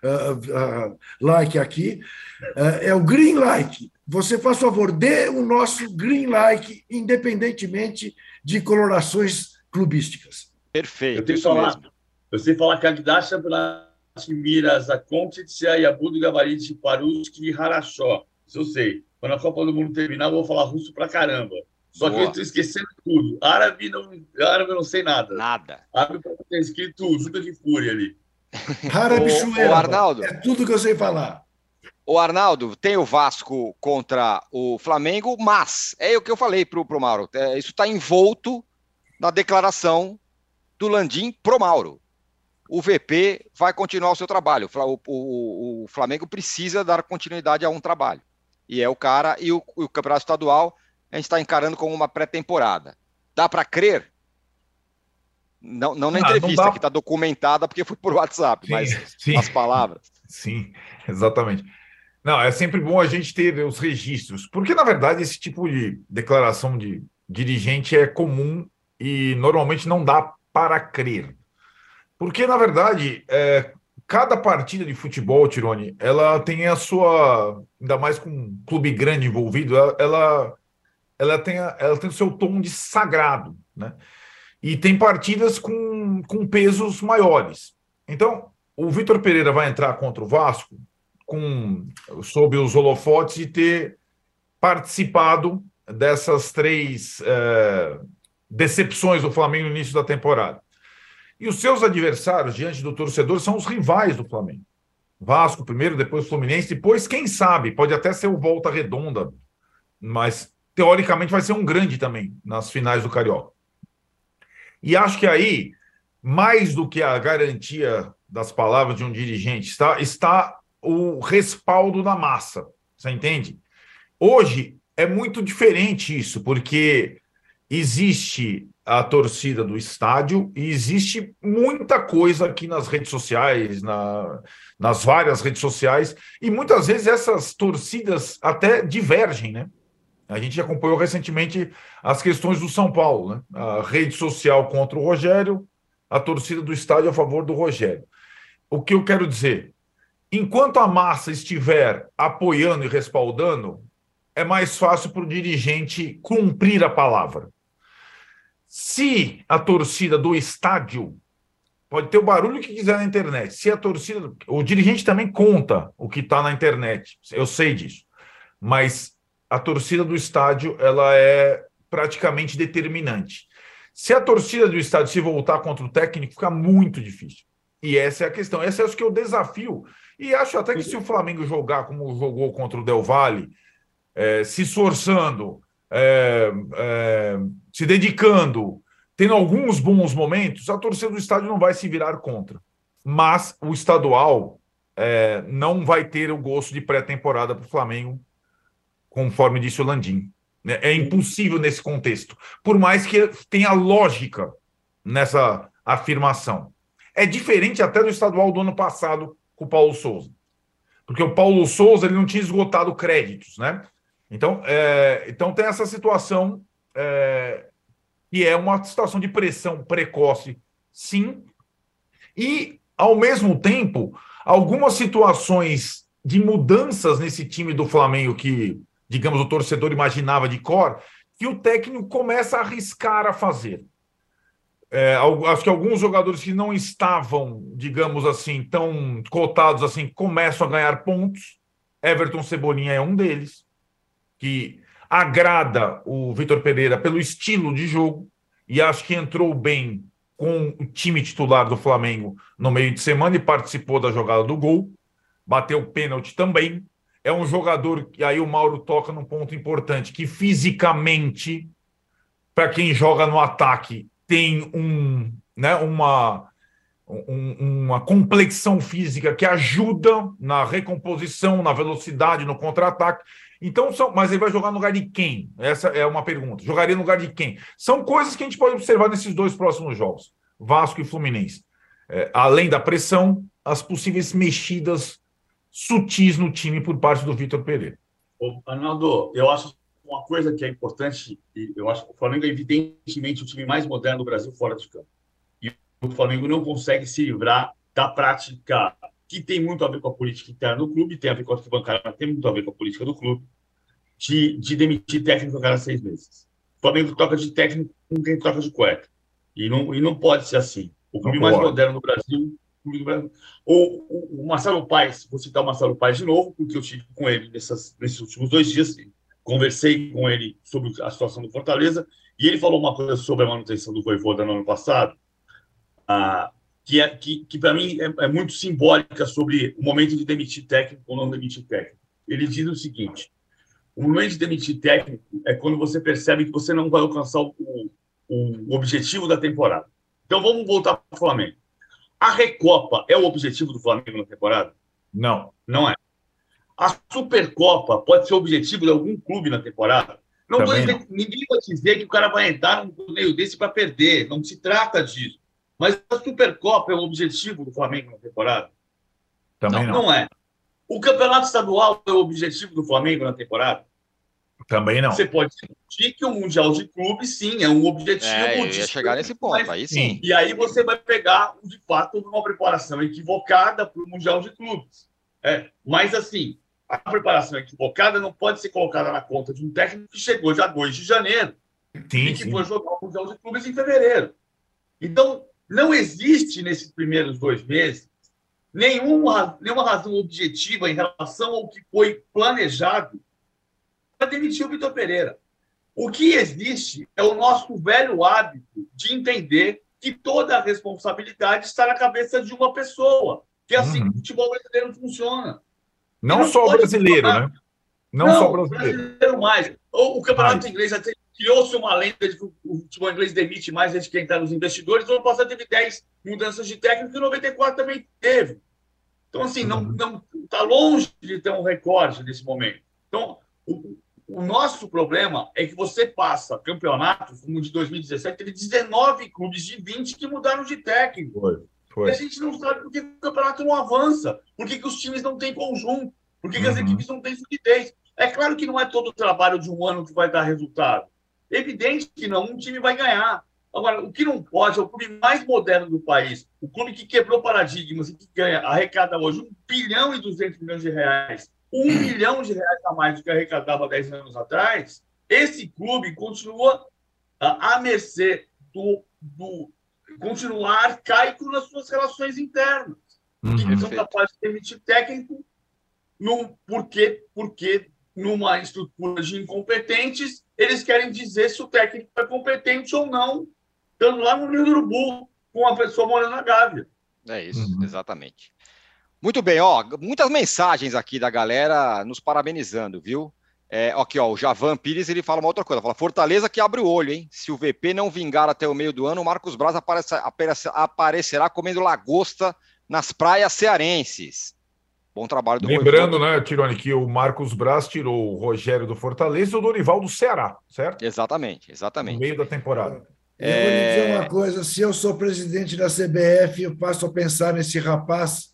uh, uh, like aqui, uh, é o green like. Você, faz favor, dê o nosso green like, independentemente de colorações clubísticas. Perfeito, eu tenho isso que falar, mesmo. Eu sei falar que a Agdacha Miras, a Kontitsia e a Budo Gabarite, Paruski e Harachó. Isso eu sei. Quando a Copa do Mundo terminar, eu vou falar russo pra caramba. Só Boa. que eu estou esquecendo tudo. Árabe, não, árabe eu não sei nada. Nada. Árabe pode ter escrito Juca de Fúria ali. Árabe chueira. O Arnaldo. É tudo que eu sei falar. O Arnaldo, tem o Vasco contra o Flamengo, mas é o que eu falei pro, pro Mauro. É, isso está envolto na declaração do Landim pro Mauro. O V P vai continuar o seu trabalho. O, o, o Flamengo precisa dar continuidade a um trabalho. E é o cara, e o, o Campeonato Estadual a gente está encarando como uma pré-temporada. Dá para crer? Não, não na ah, entrevista, não que está documentada, porque foi por WhatsApp, sim, mas sim. As palavras. Sim, exatamente. Não, é sempre bom a gente ter os registros, porque, na verdade, esse tipo de declaração de dirigente é comum e normalmente não dá para crer. Porque, na verdade, é, cada partida de futebol, Tironi, ela tem a sua, ainda mais com um clube grande envolvido, ela, ela, tem, a, ela tem o seu tom de sagrado, né? E tem partidas com, com pesos maiores. Então, o Vitor Pereira vai entrar contra o Vasco com, sob os holofotes de ter participado dessas três é, decepções do Flamengo no início da temporada. E os seus adversários diante do torcedor são os rivais do Flamengo. Vasco primeiro, depois Fluminense, depois, quem sabe, pode até ser o Volta Redonda, mas teoricamente vai ser um grande também nas finais do Carioca. E acho que aí, mais do que a garantia das palavras de um dirigente, está, está o respaldo da massa, você entende? Hoje é muito diferente isso, porque existe a torcida do estádio e existe muita coisa aqui nas redes sociais, na, nas várias redes sociais, e muitas vezes essas torcidas até divergem, né? A gente acompanhou recentemente as questões do São Paulo, né? A rede social contra o Rogério, a torcida do estádio a favor do Rogério. O que eu quero dizer? Enquanto a massa estiver apoiando e respaldando, é mais fácil para o dirigente cumprir a palavra. Se a torcida do estádio, pode ter o barulho que quiser na internet, se a torcida, o dirigente também conta o que está na internet, eu sei disso, mas a torcida do estádio, ela é praticamente determinante. Se a torcida do estádio se voltar contra o técnico, fica muito difícil. E essa é a questão, esse é acho que é o desafio. E acho até que se o Flamengo jogar como jogou contra o Del Valle, é, se esforçando, é, é, se dedicando, tendo alguns bons momentos, a torcida do estádio não vai se virar contra. Mas o estadual é, não vai ter o gosto de pré-temporada para o Flamengo, conforme disse o Landim. É impossível nesse contexto, por mais que tenha lógica nessa afirmação. É diferente até do estadual do ano passado com o Paulo Souza, porque o Paulo Souza ele não tinha esgotado créditos, né? Então, é, então tem essa situação é, que é uma situação de pressão precoce, sim, e, ao mesmo tempo, algumas situações de mudanças nesse time do Flamengo que, digamos, o torcedor imaginava de cor, que o técnico começa a arriscar a fazer. É, acho que alguns jogadores que não estavam, digamos assim, tão cotados assim, começam a ganhar pontos. Everton Cebolinha é um deles, que agrada o Vitor Pereira pelo estilo de jogo, e acho que entrou bem com o time titular do Flamengo no meio de semana e participou da jogada do gol, bateu pênalti também. É um jogador, e aí o Mauro toca num ponto importante, que fisicamente, para quem joga no ataque, tem um, né, uma, um, uma complexão física que ajuda na recomposição, na velocidade, no contra-ataque. Então, são, mas ele vai jogar no lugar de quem? Essa é uma pergunta. Jogaria no lugar de quem? São coisas que a gente pode observar nesses dois próximos jogos, Vasco e Fluminense. É, além da pressão, as possíveis mexidas sutis no time por parte do Vitor Pereira. Ô, Arnaldo, eu acho uma coisa que é importante, eu acho que o Flamengo é evidentemente o time mais moderno do Brasil fora de campo. E o Flamengo não consegue se livrar da prática que tem muito a ver com a política interna do clube, tem a ver com a arquibancada, mas tem muito a ver com a política do clube, de, de demitir técnico a cada seis meses. O Flamengo troca de técnico com quem troca de cueca. E não, e não pode ser assim. O clube mais moderno do Brasil clubes do Brasil. O, o, o Marcelo Paes, vou citar o Marcelo Paes de novo, porque eu estive com ele nessas, nesses últimos dois dias, conversei com ele sobre a situação do Fortaleza, e ele falou uma coisa sobre a manutenção do Vojvoda no ano passado, ah, que, é, que, que para mim, é, é muito simbólica sobre o momento de demitir técnico ou não demitir técnico. Ele diz o seguinte: o momento de demitir técnico é quando você percebe que você não vai alcançar o, o objetivo da temporada. Então, vamos voltar para o Flamengo. A Recopa é o objetivo do Flamengo na temporada? Não. Não é. A Supercopa pode ser o objetivo de algum clube na temporada? Não tô dizendo, ninguém vai dizer que o cara vai entrar num torneio desse para perder. Não se trata disso. Mas a Supercopa é o objetivo do Flamengo na temporada? Também não. Não é. O Campeonato Estadual é o objetivo do Flamengo na temporada? Também não. Você pode discutir que o Mundial de Clubes, sim, é um objetivo. É, eu ia chegar nesse ponto, mas, aí sim. E aí você vai pegar, de fato, uma preparação equivocada para o Mundial de Clubes. É, mas, assim, a preparação equivocada não pode ser colocada na conta de um técnico que chegou já dois de janeiro sim, e que sim. foi jogar o Mundial de Clubes em fevereiro. Então, não existe, nesses primeiros dois meses, nenhuma, nenhuma razão objetiva em relação ao que foi planejado para demitir o Vitor Pereira. O que existe é o nosso velho hábito de entender que toda a responsabilidade está na cabeça de uma pessoa, que é assim uhum. que o futebol brasileiro funciona. Não, não só o brasileiro, funcionar. né? Não, não só o brasileiro. brasileiro mais. O, o campeonato mais. inglês já criou-se uma lenda de que o futebol inglês demite mais desde que entraram os investidores. O ano passado teve dez mudanças de técnico e em noventa e quatro também teve. Então, assim, não não está longe de ter um recorde nesse momento. Então, o, o nosso problema é que você passa campeonatos, como o de dois mil e dezessete, teve dezenove clubes de vinte que mudaram de técnico. Foi, foi. E a gente não sabe por que o campeonato não avança, por que, que os times não têm conjunto, por que, que as uhum. equipes não têm solidez. É claro que não é todo o trabalho de um ano que vai dar resultado. É evidente que não, um time vai ganhar. Agora, o que não pode é o clube mais moderno do país, o clube que quebrou paradigmas e que ganha, arrecada hoje um bilhão e duzentos milhões de reais, um milhão de reais a mais do que arrecadava dez anos atrás. Esse clube continua à mercê do, do continuar arcaico nas suas relações internas. Uhum. Eles são capazes de demitir técnico num, porque, porque numa estrutura de incompetentes, eles querem dizer se o técnico é competente ou não, estando lá no Rio do Urubu, com uma pessoa morando na Gávea. É isso, uhum. exatamente. Muito bem, ó, muitas mensagens aqui da galera nos parabenizando, viu? É, aqui, ó, o Javan Pires, ele fala uma outra coisa, fala, Fortaleza que abre o olho, hein? Se o V P não vingar até o meio do ano, o Marcos Braz aparece, aparece, aparecerá comendo lagosta nas praias cearenses. Bom trabalho do Lembrando, Voivoda. né, Tironi, que o Marcos Braz tirou o Rogério do Fortaleza e o Dorival do Ceará, certo? Exatamente, exatamente. No meio da temporada. Eu é... vou lhe dizer uma coisa, se eu sou presidente da C B F, eu passo a pensar nesse rapaz,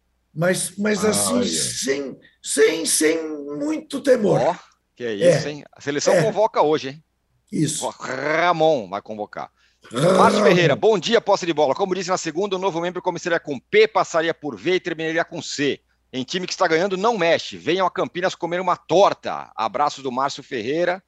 mas, mas ah, assim, sem, sem, sem muito temor. Ó, oh, que é isso, é. hein? A seleção é. convoca hoje, hein? Isso. Ramon vai convocar. Márcio Ferreira, bom dia, posse de bola. Como disse na segunda, o novo membro começaria com P, passaria por V e terminaria com C. Em time que está ganhando, não mexe. Venham a Campinas comer uma torta. Abraço do Márcio Ferreira.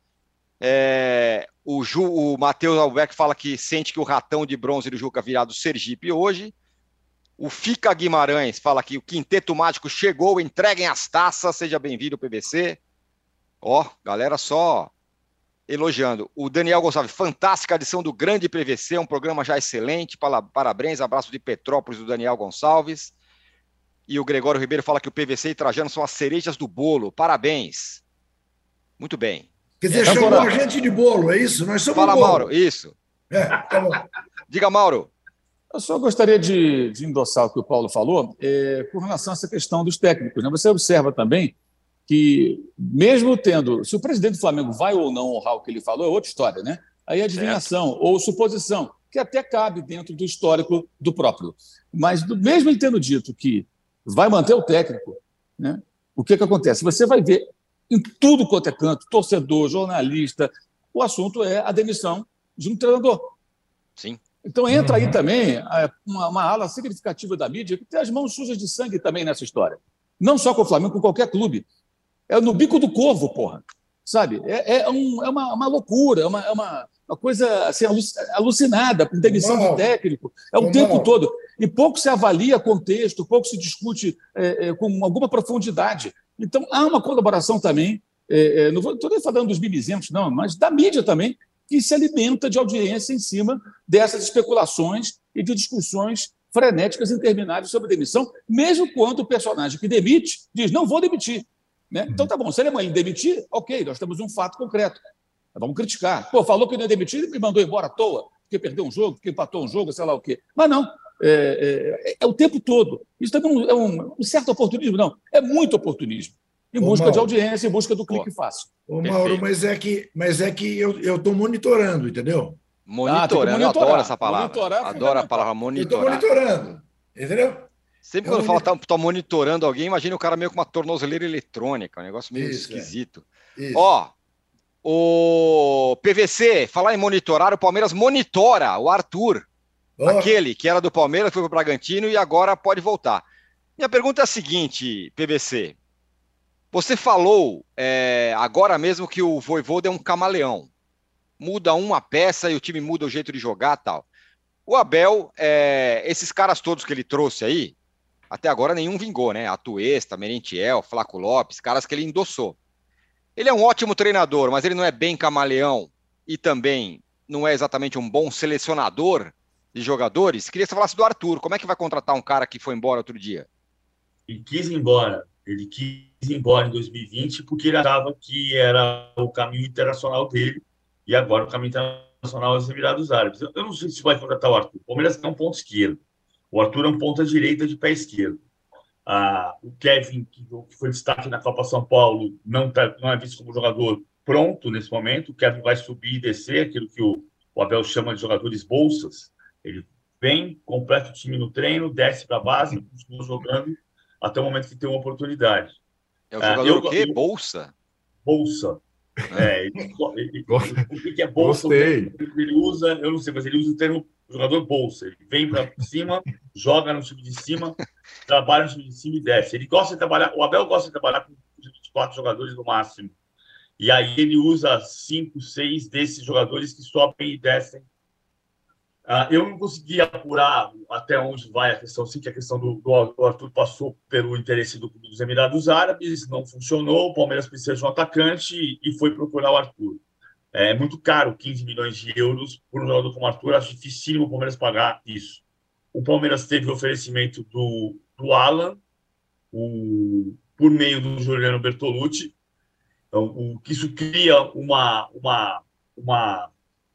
É, o Ju, o Matheus Albuquerque fala que sente que o ratão de bronze do Juca virá do Sergipe hoje. O Fica Guimarães fala que o quinteto mágico chegou, entreguem as taças, seja bem-vindo, P V C. Ó, galera só elogiando. O Daniel Gonçalves, fantástica edição do Grande P V C, um programa já excelente, parabéns, abraço de Petrópolis do Daniel Gonçalves. E o Gregório Ribeiro fala que o P V C e Trajano são as cerejas do bolo, parabéns. Muito bem. Quer dizer, é, chamou a gente de bolo, é isso? Nós somos Fala, bolo. Mauro, isso. É, tá bom. Diga, Mauro. Eu só gostaria de, de endossar o que o Paulo falou é, com relação a essa questão dos técnicos. Né? Você observa também que, mesmo tendo... Se o presidente do Flamengo vai ou não honrar o que ele falou, é outra história, né? Aí é adivinhação certo. ou suposição, que até cabe dentro do histórico do próprio. Mas, do, mesmo ele tendo dito que vai manter o técnico, né? O que, que acontece? Você vai ver em tudo quanto é canto, torcedor, jornalista, o assunto é a demissão de um treinador. Sim. Então entra aí também uma, uma ala significativa da mídia que tem as mãos sujas de sangue também nessa história. Não só com o Flamengo, com qualquer clube. É no bico do corvo, porra. Sabe? É, é, um, é uma, uma loucura, é uma, é, uma, uma coisa assim, alucinada, com demissão Mal. do técnico, é o Mal. tempo todo. E pouco se avalia contexto, pouco se discute é, é, com alguma profundidade. Então, há uma colaboração também, é, é, não estou nem falando dos mimizentos, não, mas da mídia também, que se alimenta de audiência em cima dessas especulações e de discussões frenéticas intermináveis sobre demissão, mesmo quando o personagem que demite diz, não vou demitir. Né? Então, tá bom, se ele amanhã demitir, ok, nós temos um fato concreto. Vamos criticar. Pô, falou que não ia demitir e me mandou embora à toa, porque perdeu um jogo, porque empatou um jogo, sei lá o quê. Mas não, é, é, é o tempo todo. Isso também é um, um certo oportunismo, não. É muito oportunismo. Em Ô, busca Mauro. de audiência, em busca do clique fácil. Ô, Mauro, mas é que, mas é que eu estou monitorando, entendeu? Monitorando, Ah, eu adoro essa palavra. Monitorar é Adoro a palavra Eu estou monitorar. monitorando, entendeu? Sempre Eu quando fala monitor- tá, tá monitorando alguém, imagina o cara meio com uma tornozeleira eletrônica, um negócio meio Isso, é. esquisito. Isso. Ó, o P V C, falar em monitorar, o Palmeiras monitora o Arthur, Ó, aquele que era do Palmeiras, foi para o Bragantino e agora pode voltar. Minha pergunta é a seguinte, P V C. Você falou é, agora mesmo que o Vojvoda é um camaleão. Muda uma peça e o time muda o jeito de jogar e tal. O Abel, é, esses caras todos que ele trouxe aí, até agora nenhum vingou, né? Atuesta, Merentiel, Flaco Lopes, caras que ele endossou. Ele é um ótimo treinador, mas ele não é bem camaleão e também não é exatamente um bom selecionador de jogadores. Queria que você falasse do Arthur. Como é que vai contratar um cara que foi embora outro dia? Ele quis ir embora. Ele quis ir embora em dois mil e vinte porque ele achava que era o caminho internacional dele e agora o caminho internacional é os Emirados Árabes. Eu não sei se vai contratar o Arthur. O Palmeiras é um ponto esquerdo. O Arthur é um ponta direita de pé esquerdo. Ah, o Kevin, que foi destaque na Copa São Paulo, não, tá, não é visto como jogador pronto nesse momento. O Kevin vai subir e descer, aquilo que o, o Abel chama de jogadores bolsas. Ele vem, completa o time no treino, desce para a base, continua jogando até o momento que tem uma oportunidade. É o jogador eu, o quê? eu, Bolsa? Bolsa. É, ele, ele, o que é bolsa? Gostei. Ele usa, eu não sei, mas ele usa o termo jogador bolsa. Ele vem para cima, joga no time de cima, trabalha no time de cima e desce. Ele gosta de trabalhar, o Abel gosta de trabalhar com vinte e quatro jogadores no máximo. E aí ele usa cinco, seis desses jogadores que sobem e descem. Uh, eu não consegui apurar até onde vai a questão, sim, que a questão do, do Arthur passou pelo interesse do, dos Emirados Árabes, não funcionou, o Palmeiras precisa de um atacante e foi procurar o Arthur. É muito caro, quinze milhões de euros por um jogador como o Arthur, acho dificílimo o Palmeiras pagar isso. O Palmeiras teve o oferecimento do, do Alan, o, por meio do Juliano Bertolucci, então, o, que isso cria uma, uma, uma,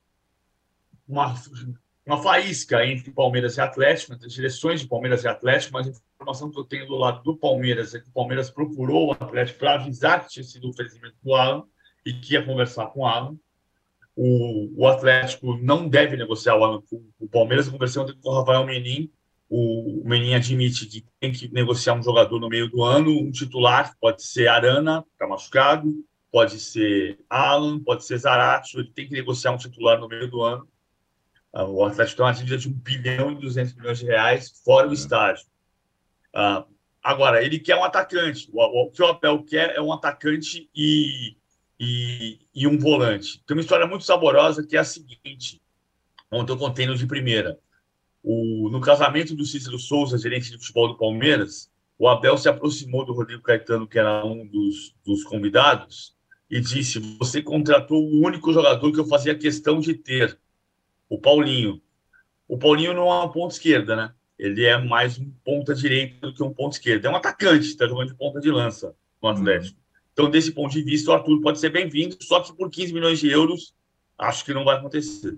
uma uma faísca entre Palmeiras e Atlético, entre as direções de Palmeiras e Atlético, mas a informação que eu tenho do lado do Palmeiras é que o Palmeiras procurou o Atlético para avisar que tinha sido o oferecimento do Alan e que ia conversar com o Alan. O, o Atlético não deve negociar o Alan com o Palmeiras. Eu conversei ontem com o Rafael Menin. O, o Menin admite que tem que negociar um jogador no meio do ano, um titular, pode ser Arana, está machucado, pode ser Alan, pode ser Zaratio, ele tem que negociar um titular no meio do ano. O Atlético tem uma dívida de um bilhão e duzentos milhões de reais, fora o estádio. Uh, agora, ele quer um atacante. O, o que o Abel quer é um atacante e, e, e um volante. Tem uma história muito saborosa que é a seguinte. Ontem eu contei no de primeira. O, no casamento do Cícero Souza, gerente de futebol do Palmeiras, o Abel se aproximou do Rodrigo Caetano, que era um dos, dos convidados, e disse: você contratou o único jogador que eu fazia questão de ter, o Paulinho. O Paulinho não é uma ponta esquerda, né? Ele é mais um ponta direita do que um ponta esquerda. É um atacante, está jogando de ponta de lança no Atlético. Uhum. Então, desse ponto de vista, o Arthur pode ser bem-vindo, só que por quinze milhões de euros, acho que não vai acontecer.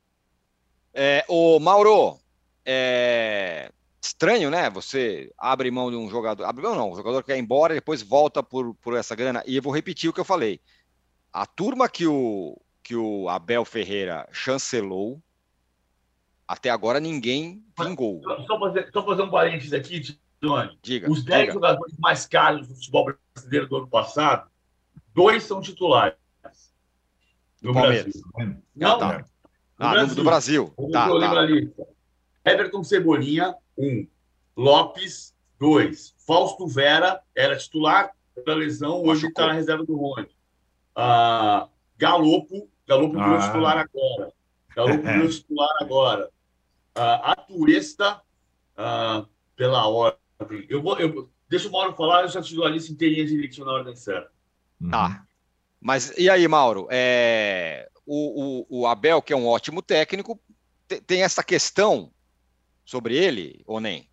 É, o Mauro, é estranho, né? Você abre mão de um jogador. Abre mão não, o jogador quer ir embora e depois volta por, por essa grana. E eu vou repetir o que eu falei. A turma que o que o Abel Ferreira chancelou, até agora ninguém vingou. Só fazer, só fazer um parênteses aqui, Johnny. Diga, Os dez diga. jogadores mais caros do futebol brasileiro do ano passado, dois são titulares no Palmeiras. Brasil. Não, tá. no Ah, Brasil. do Brasil. Tá, eu lembro tá. ali. Everton Cebolinha, um. Lopes, dois. Fausto Vera era titular da lesão, hoje está na reserva do Rony. Ah, Galopo, Galopo virou Ah. titular agora. Galopo virou titular agora. Uh, Atuesta, uh, pela ordem. Eu vou, eu, deixa o Mauro falar, eu já te dou a lista inteirinha direitinho na ordem certa. Tá. Mas e aí, Mauro? É... O, o, o Abel, que é um ótimo técnico, te, tem essa questão sobre ele ou nem?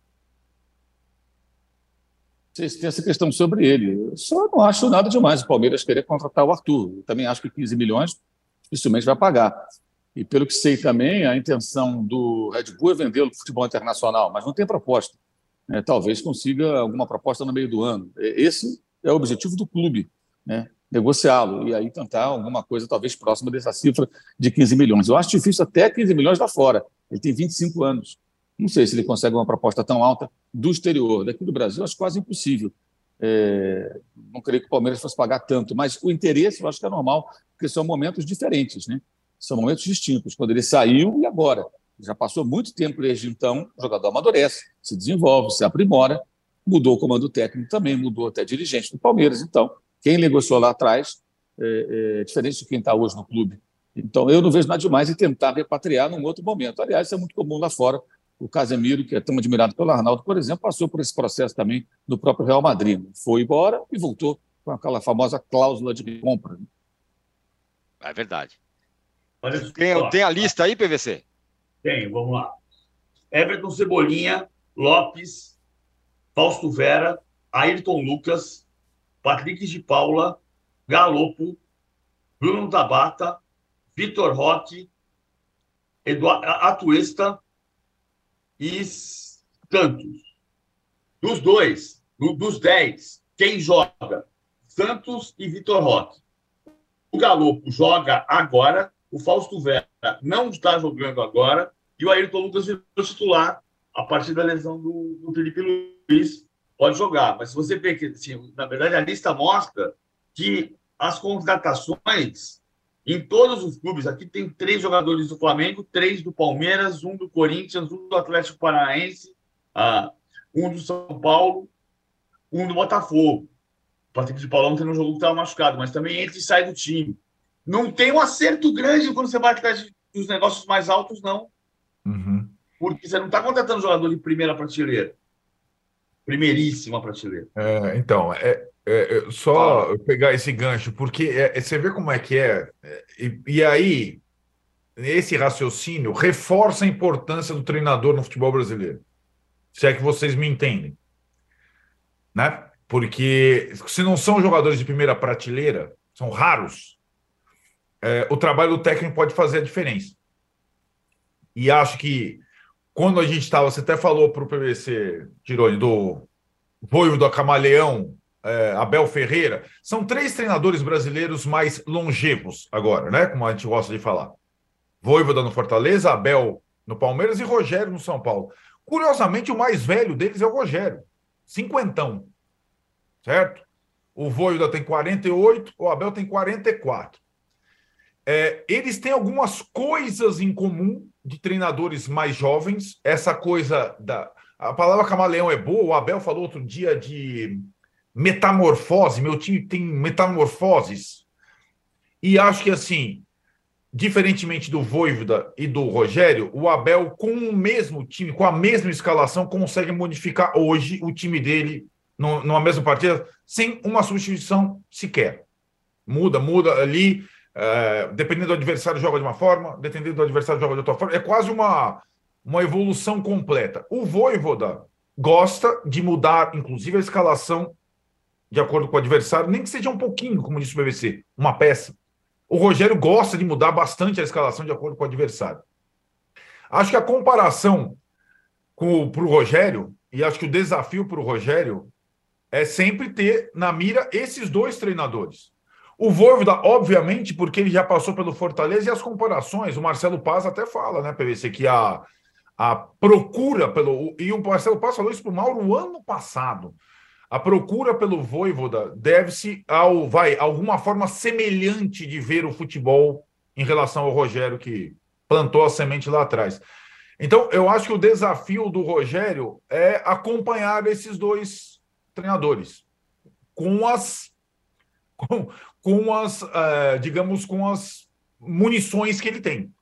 Tem essa questão sobre ele. Eu só não acho nada demais o Palmeiras querer contratar o Arthur. Eu também acho que quinze milhões dificilmente vai pagar. E pelo que sei também, a intenção do Red Bull é vendê-lo para o futebol internacional, mas não tem proposta. É, talvez consiga alguma proposta no meio do ano. Esse é o objetivo do clube, né? Negociá-lo e aí tentar alguma coisa talvez próxima dessa cifra de quinze milhões. Eu acho difícil até quinze milhões lá fora. Ele tem vinte e cinco anos. Não sei se ele consegue uma proposta tão alta do exterior. Daqui do Brasil, acho quase impossível. É, não creio que o Palmeiras fosse pagar tanto, mas o interesse eu acho que é normal, porque são momentos diferentes, né? São momentos distintos, quando ele saiu e agora. Já passou muito tempo desde então, o jogador amadurece, se desenvolve, se aprimora, mudou o comando técnico também, mudou até dirigente do Palmeiras. Então, quem negociou lá atrás é, é diferente de quem está hoje no clube. Então, eu não vejo nada demais em tentar repatriar num outro momento. Aliás, isso é muito comum lá fora. O Casemiro, que é tão admirado pelo Arnaldo, por exemplo, passou por esse processo também no próprio Real Madrid. Foi embora e voltou com aquela famosa cláusula de compra. É verdade. Olha, Tem, tem a lista aí, P V C? Tem, vamos lá. Everton Cebolinha, Lopes, Fausto Vera, Ayrton Lucas, Patrick de Paula, Galopo, Bruno Tabata, Vitor Roque, Eduardo Atuesta e Santos. Dos dois, dos dez, quem joga? Santos e Vitor Roque. O Galopo joga agora, o Fausto Vera não está jogando agora e o Ayrton Lucas virou titular a partir da lesão do, do Felipe Luiz. Pode jogar, mas se você vê que, assim, na verdade, a lista mostra que as contratações em todos os clubes, aqui tem três jogadores do Flamengo, três do Palmeiras, um do Corinthians, um do Atlético Paranaense, uh, um do São Paulo, um do Botafogo. O Patrick de Paula ontem não jogou que estava machucado, mas também entra e sai do time. Não tem um acerto grande quando você vai atrás dos negócios mais altos, não. Uhum. Porque você não está contratando jogador de primeira prateleira. Primeiríssima prateleira. É, então, é, é, só pegar esse gancho, porque é, você vê como é que é, e, e aí, esse raciocínio reforça a importância do treinador no futebol brasileiro. Se é que vocês me entendem. Né? Porque se não são jogadores de primeira prateleira, são raros, é, o trabalho do técnico pode fazer a diferença. E acho que quando a gente estava, você até falou para o P V C, Tironi, do Voivoda, Camaleão, é, Abel Ferreira, são três treinadores brasileiros mais longevos agora, né? Como a gente gosta de falar. Voivoda no Fortaleza, Abel no Palmeiras e Rogério no São Paulo. Curiosamente, o mais velho deles é o Rogério, cinquentão, certo? O Voivoda tem quarenta e oito, o Abel tem quarenta e quatro. É, eles têm algumas coisas em comum de treinadores mais jovens. Essa coisa da... A palavra camaleão é boa. O Abel falou outro dia de metamorfose. Meu time tem metamorfoses. E acho que, assim, diferentemente do Voivoda e do Rogério, o Abel, com o mesmo time, com a mesma escalação, consegue modificar hoje o time dele numa mesma partida, sem uma substituição sequer. Muda, muda ali... É, dependendo do adversário, joga de uma forma, dependendo do adversário, joga de outra forma. É quase uma, uma evolução completa. O Voivoda gosta de mudar, inclusive, a escalação de acordo com o adversário, nem que seja um pouquinho, como disse o P V C, uma peça. O Rogério gosta de mudar bastante a escalação de acordo com o adversário. Acho que a comparação para o Rogério, e acho que o desafio para o Rogério é sempre ter na mira esses dois treinadores. O Voivoda, obviamente, porque ele já passou pelo Fortaleza, e as comparações, o Marcelo Paz até fala, né, P V C, que a, a procura pelo... E o Marcelo Paz falou isso para o Mauro no ano passado. A procura pelo Voivoda deve-se ao, vai, alguma forma semelhante de ver o futebol em relação ao Rogério, que plantou a semente lá atrás. Então, eu acho que o desafio do Rogério é acompanhar esses dois treinadores com as... Com, com as, uh, digamos, com as munições que ele tem.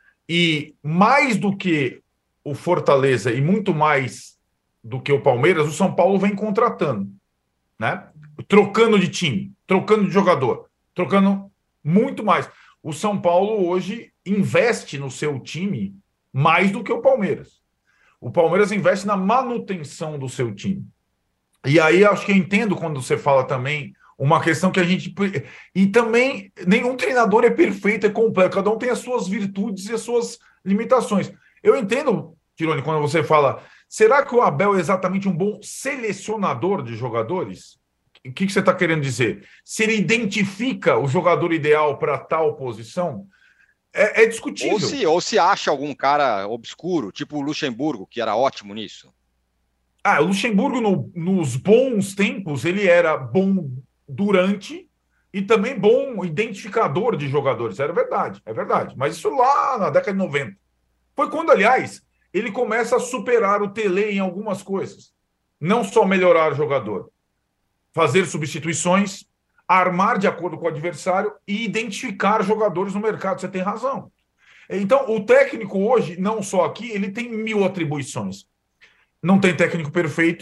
E mais do que o Fortaleza e muito mais do que o Palmeiras, o São Paulo vem contratando, né? Trocando de time, trocando de jogador, trocando muito mais. O São Paulo hoje investe no seu time mais do que o Palmeiras. O Palmeiras investe na manutenção do seu time. E aí acho que eu entendo quando você fala também uma questão que a gente... E também nenhum treinador é perfeito, é completo. Cada um tem as suas virtudes e as suas limitações. Eu entendo, Tironi, quando você fala... Será que o Abel é exatamente um bom selecionador de jogadores? O que você está querendo dizer? Se ele identifica o jogador ideal para tal posição, é, é discutível. Ou se, ou se acha algum cara obscuro, tipo o Luxemburgo, que era ótimo nisso. Ah, o Luxemburgo, no, nos bons tempos, ele era bom durante e também bom identificador de jogadores. Era verdade, é verdade. Mas isso lá na década de noventa. Foi quando, aliás, ele começa a superar o Tele em algumas coisas. Não só melhorar o jogador, fazer substituições, armar de acordo com o adversário e identificar jogadores no mercado. Você tem razão. Então, o técnico hoje, não só aqui, ele tem mil atribuições. Não tem técnico perfeito.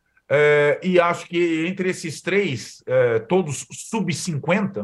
É, e acho que entre esses três, é, todos sub cinquenta,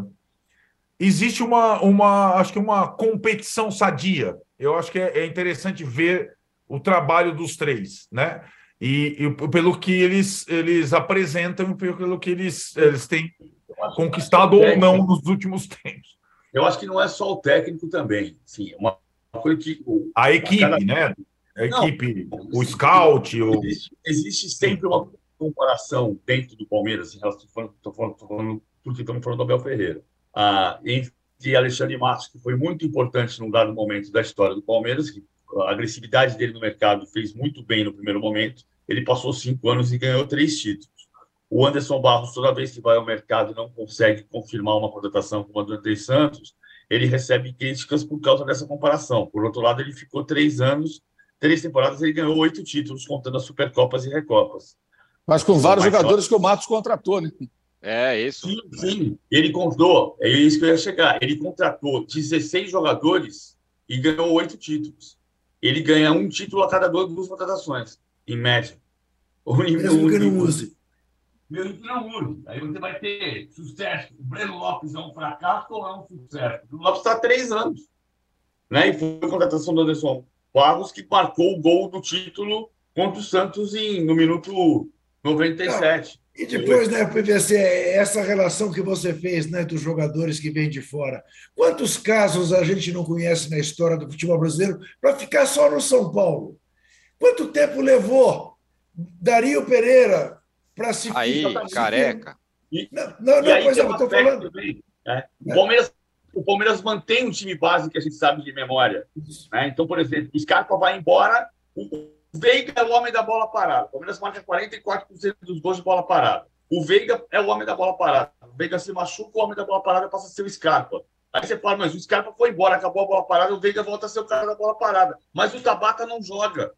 existe uma, uma, acho que uma competição sadia. Eu acho que é, é interessante ver o trabalho dos três, né? E, e pelo que eles, eles apresentam, pelo que eles, eles têm conquistado ou não nos últimos tempos. Eu acho que não é só o técnico também. Sim, uma coisa que o, a equipe, a cada... né? A equipe, não, o scout. O... Existe, existe sempre uma comparação dentro do Palmeiras, em relação, estou falando, tô falando, porque estamos falando do Abel Ferreira, ah, entre Alexandre Matos, que foi muito importante num dado momento da história do Palmeiras, que a agressividade dele no mercado fez muito bem no primeiro momento. Ele passou cinco anos e ganhou três títulos. O Anderson Barros, toda vez que vai ao mercado e não consegue confirmar uma contratação como a do André Santos, ele recebe críticas por causa dessa comparação. Por outro lado, ele ficou três anos, três temporadas, ele ganhou oito títulos, contando as Supercopas e Recopas. Mas com vários Mas, jogadores ó... que o Matos contratou, né? É, isso. Sim, sim. Ele contou, é isso que eu ia chegar. Ele contratou dezesseis jogadores e ganhou oito títulos. Ele ganha um título a cada duas, duas contratações, em média. O nível Mesmo que não use. Mesmo que não use. Aí você vai ter sucesso. O Breno Lopes é um fracasso ou é um sucesso? O Breno Lopes está há três anos. Né? E foi a contratação do Anderson Barros que marcou o gol do título contra o Santos em, no minuto noventa e sete. Não. E depois, né, P V C, essa relação que você fez, né, dos jogadores que vêm de fora. Quantos casos a gente não conhece na história do futebol brasileiro para ficar só no São Paulo? Quanto tempo levou Dario Pereira para se... Aí, pra careca. E, não, não, não pois eu estou falando. Também, né? o, Palmeiras, o Palmeiras mantém um time base que a gente sabe de memória. Né? Então, por exemplo, o Scarpa vai embora... O... O Veiga é o homem da bola parada. O Palmeiras marca quarenta e quatro por cento dos gols de bola parada. O Veiga é o homem da bola parada. O Veiga se machuca, o homem da bola parada passa a ser o Scarpa. Aí você fala, mas o Scarpa foi embora, acabou a bola parada, o Veiga volta a ser o cara da bola parada. Mas o Tabata não joga.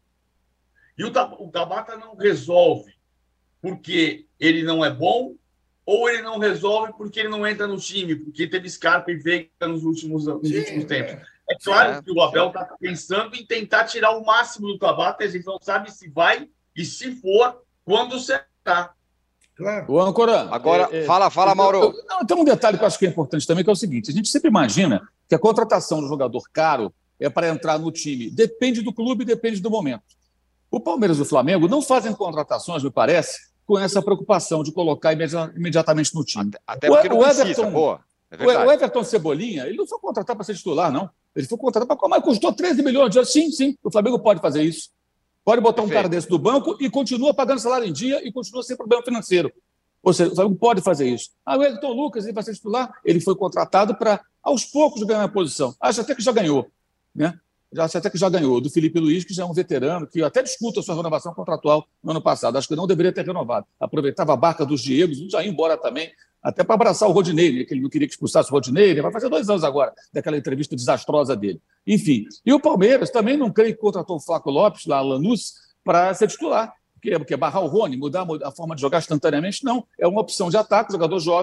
E o Tabata não resolve porque ele não é bom ou ele não resolve porque ele não entra no time, porque teve Scarpa e Veiga nos últimos, nos Sim, últimos tempos. É. É claro é, que o Abel está pensando em tentar tirar o máximo do Tabata, a gente não sabe se vai e se for, quando será. Claro. O Ancorã. Agora, é, fala, fala, Mauro. Eu, eu, não, tem um detalhe que eu acho que é importante também, que é o seguinte: a gente sempre imagina que a contratação do jogador caro é para entrar no time. Depende do clube, depende do momento. O Palmeiras e o Flamengo não fazem contratações, me parece, com essa preocupação de colocar imediatamente no time. Até, até porque o, não precisa, Everton, boa. É o Everton Cebolinha, ele não foi contratado para ser titular, não. Ele foi contratado para... Mas custou treze milhões de euros. Sim, sim, o Flamengo pode fazer isso. Pode botar Perfeito. um cara desse do banco e continua pagando salário em dia e continua sem problema financeiro. Ou seja, o Flamengo pode fazer isso. Ah, o Elton Lucas, ele vai ser titular. Ele foi contratado para, aos poucos, ganhar a posição. Acho até que já ganhou. Né? Já, acho até que já ganhou. Do Felipe Luiz, que já é um veterano, que até discuta a sua renovação contratual no ano passado. Acho que não deveria ter renovado. Aproveitava a barca dos Diegos, já ia embora também, até para abraçar o Rodinei, né, que ele não queria que expulsasse o Rodinei, ele vai fazer dois anos agora, daquela entrevista desastrosa dele. Enfim, e o Palmeiras também não creio que contratou o Flaco Lopes, lá, Lanús, para ser titular, porque, porque barrar o Rony, mudar a forma de jogar instantaneamente, não. É uma opção de ataque, jogador jovem,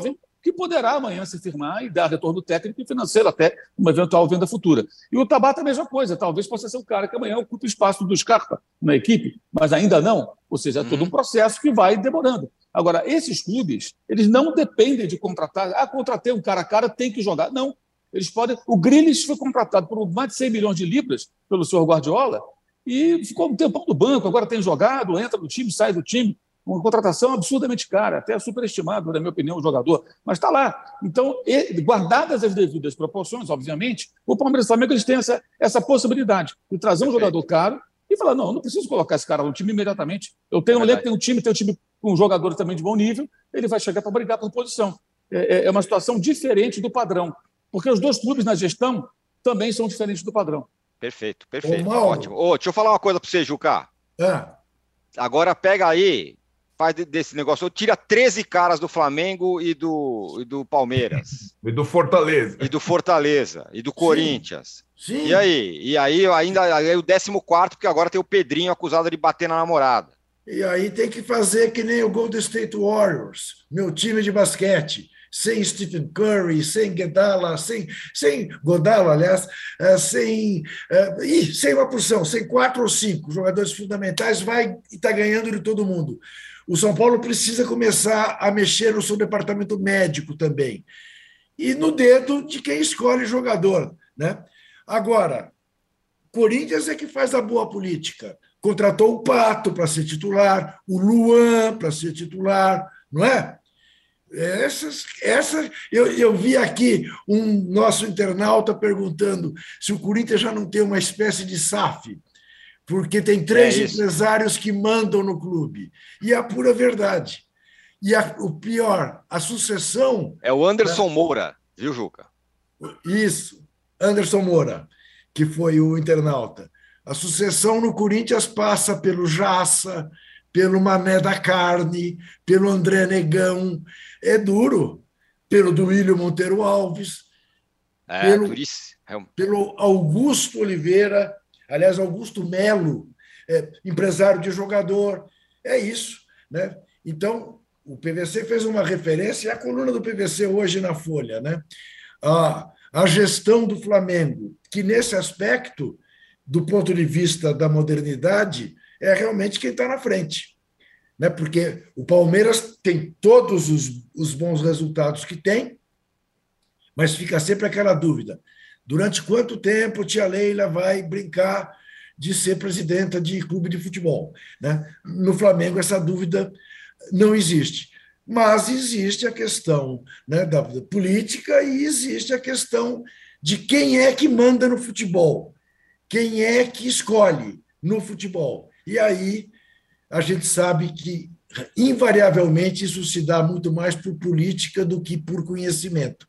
que poderá amanhã se firmar e dar retorno técnico e financeiro até uma eventual venda futura. E o Tabata a mesma coisa, talvez possa ser um cara que amanhã ocupe o espaço do Scarpa na equipe, mas ainda não. Ou seja, é todo um processo que vai demorando. Agora, esses clubes, eles não dependem de contratar. Ah, contratei um cara a cara, tem que jogar. Não. Eles podem. O Grealish foi contratado por mais de cem milhões de libras pelo senhor Guardiola e ficou um tempão no banco, agora tem jogado, entra no time, sai do time. Uma contratação absurdamente cara, até superestimado, na minha opinião, o jogador, mas está lá. Então, guardadas as devidas proporções, obviamente, o Palmeiras e o Flamengo eles têm essa, essa possibilidade de trazer um jogador caro e falar, não, eu não preciso colocar esse cara no time imediatamente. Eu tenho um elenco, tenho um time, tenho um time com um jogador também de bom nível, ele vai chegar para brigar por posição. É, é uma situação diferente do padrão, porque os dois clubes na gestão também são diferentes do padrão. Perfeito, perfeito. Ô, ótimo. Ô, deixa eu falar uma coisa para você, Juca. Ah. Agora pega aí, faz desse negócio, tira treze caras do Flamengo e do, e do Palmeiras. E do Fortaleza. E do Fortaleza. E do Corinthians. Sim. E aí? E aí ainda aí o décimo quarto, porque agora tem o Pedrinho acusado de bater na namorada. E aí tem que fazer que nem o Golden State Warriors, meu time de basquete. Sem Stephen Curry, sem Guedala, sem, sem Godala, aliás, uh, sem, uh, ih, sem uma porção, sem quatro ou cinco jogadores fundamentais, vai e está ganhando de todo mundo. O São Paulo precisa começar a mexer no seu departamento médico também. E no dedo de quem escolhe jogador, né? Agora, Corinthians é que faz a boa política. Contratou o Pato para ser titular, o Luan para ser titular, não é? Essas, essas, eu, eu vi aqui um nosso internauta perguntando se o Corinthians já não tem uma espécie de S A F, porque tem três é empresários que mandam no clube. E é a pura verdade. E a, o pior, a sucessão... É o Anderson né? Moura, viu, Juca? Isso, Anderson Moura, que foi o internauta. A sucessão no Corinthians passa pelo Jassa, pelo Mané da Carne, pelo André Negão, é duro, pelo Duílio Monteiro Alves, é, pelo, é um... pelo Augusto Oliveira, aliás, Augusto Melo, é, empresário de jogador, é isso, né? Então, o P V C fez uma referência, a coluna do P V C hoje na Folha, né? A, a gestão do Flamengo, que nesse aspecto, do ponto de vista da modernidade, é realmente quem está na frente. Né? Porque o Palmeiras tem todos os, os bons resultados que tem, mas fica sempre aquela dúvida. Durante quanto tempo tia Leila vai brincar de ser presidenta de clube de futebol? Né? No Flamengo, essa dúvida não existe. Mas existe a questão né, da política e existe a questão de quem é que manda no futebol, quem é que escolhe no futebol. E aí a gente sabe que, invariavelmente, isso se dá muito mais por política do que por conhecimento.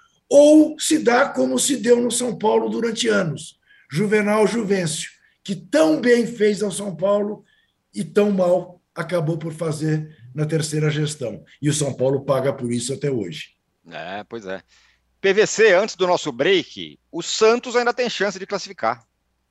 Ou se dá como se deu no São Paulo durante anos. Juvenal Juvencio, que tão bem fez ao São Paulo e tão mal acabou por fazer na terceira gestão. E o São Paulo paga por isso até hoje. É, pois é. P V C, antes do nosso break, o Santos ainda tem chance de classificar.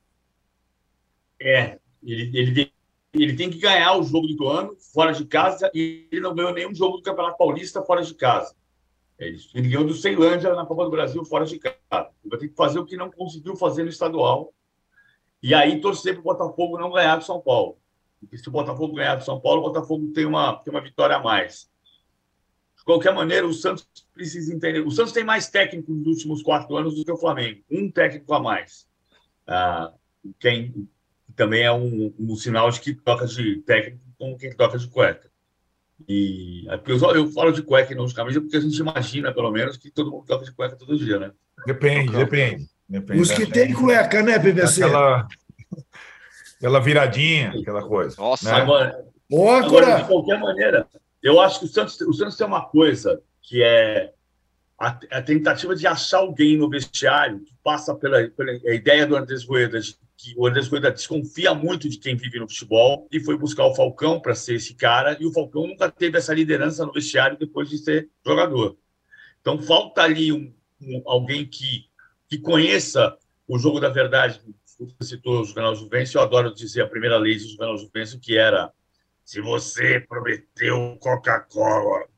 É, ele, ele, ele tem que ganhar o jogo do Ituano fora de casa e ele não ganhou nenhum jogo do Campeonato Paulista fora de casa. Ele, ele ganhou do Ceilândia na Copa do Brasil fora de casa. Ele vai ter que fazer o que não conseguiu fazer no estadual e aí torcer para o Botafogo não ganhar do São Paulo. Porque se o Botafogo ganhar do São Paulo, o Botafogo tem uma, tem uma vitória a mais. De qualquer maneira, o Santos precisa entender. O Santos tem mais técnicos nos últimos quatro anos do que o Flamengo. Um técnico a mais. Ah, quem... também é um, um sinal de que toca de técnico como quem toca de cueca. E eu, eu falo de cueca e não de camisa porque a gente imagina, pelo menos, que todo mundo toca de cueca todo dia, né? Depende, depende. depende Os que têm cueca, né, P V C? Aquela, aquela viradinha, aquela coisa. Nossa, né? Agora, Boa, agora, de qualquer maneira, eu acho que o Santos, o Santos tem uma coisa que é a, a tentativa de achar alguém no vestiário que passa pela, pela a ideia do Andrés Rueda, de que o Andrés Rueda desconfia muito de quem vive no futebol e foi buscar o Falcão para ser esse cara, e o Falcão nunca teve essa liderança no vestiário depois de ser jogador. Então, falta ali um, um, alguém que, que conheça o jogo da verdade. Você citou o Juvenal Juvencio, eu adoro dizer a primeira lei do Juvenal Juvencio, que era: se você prometeu Coca-Cola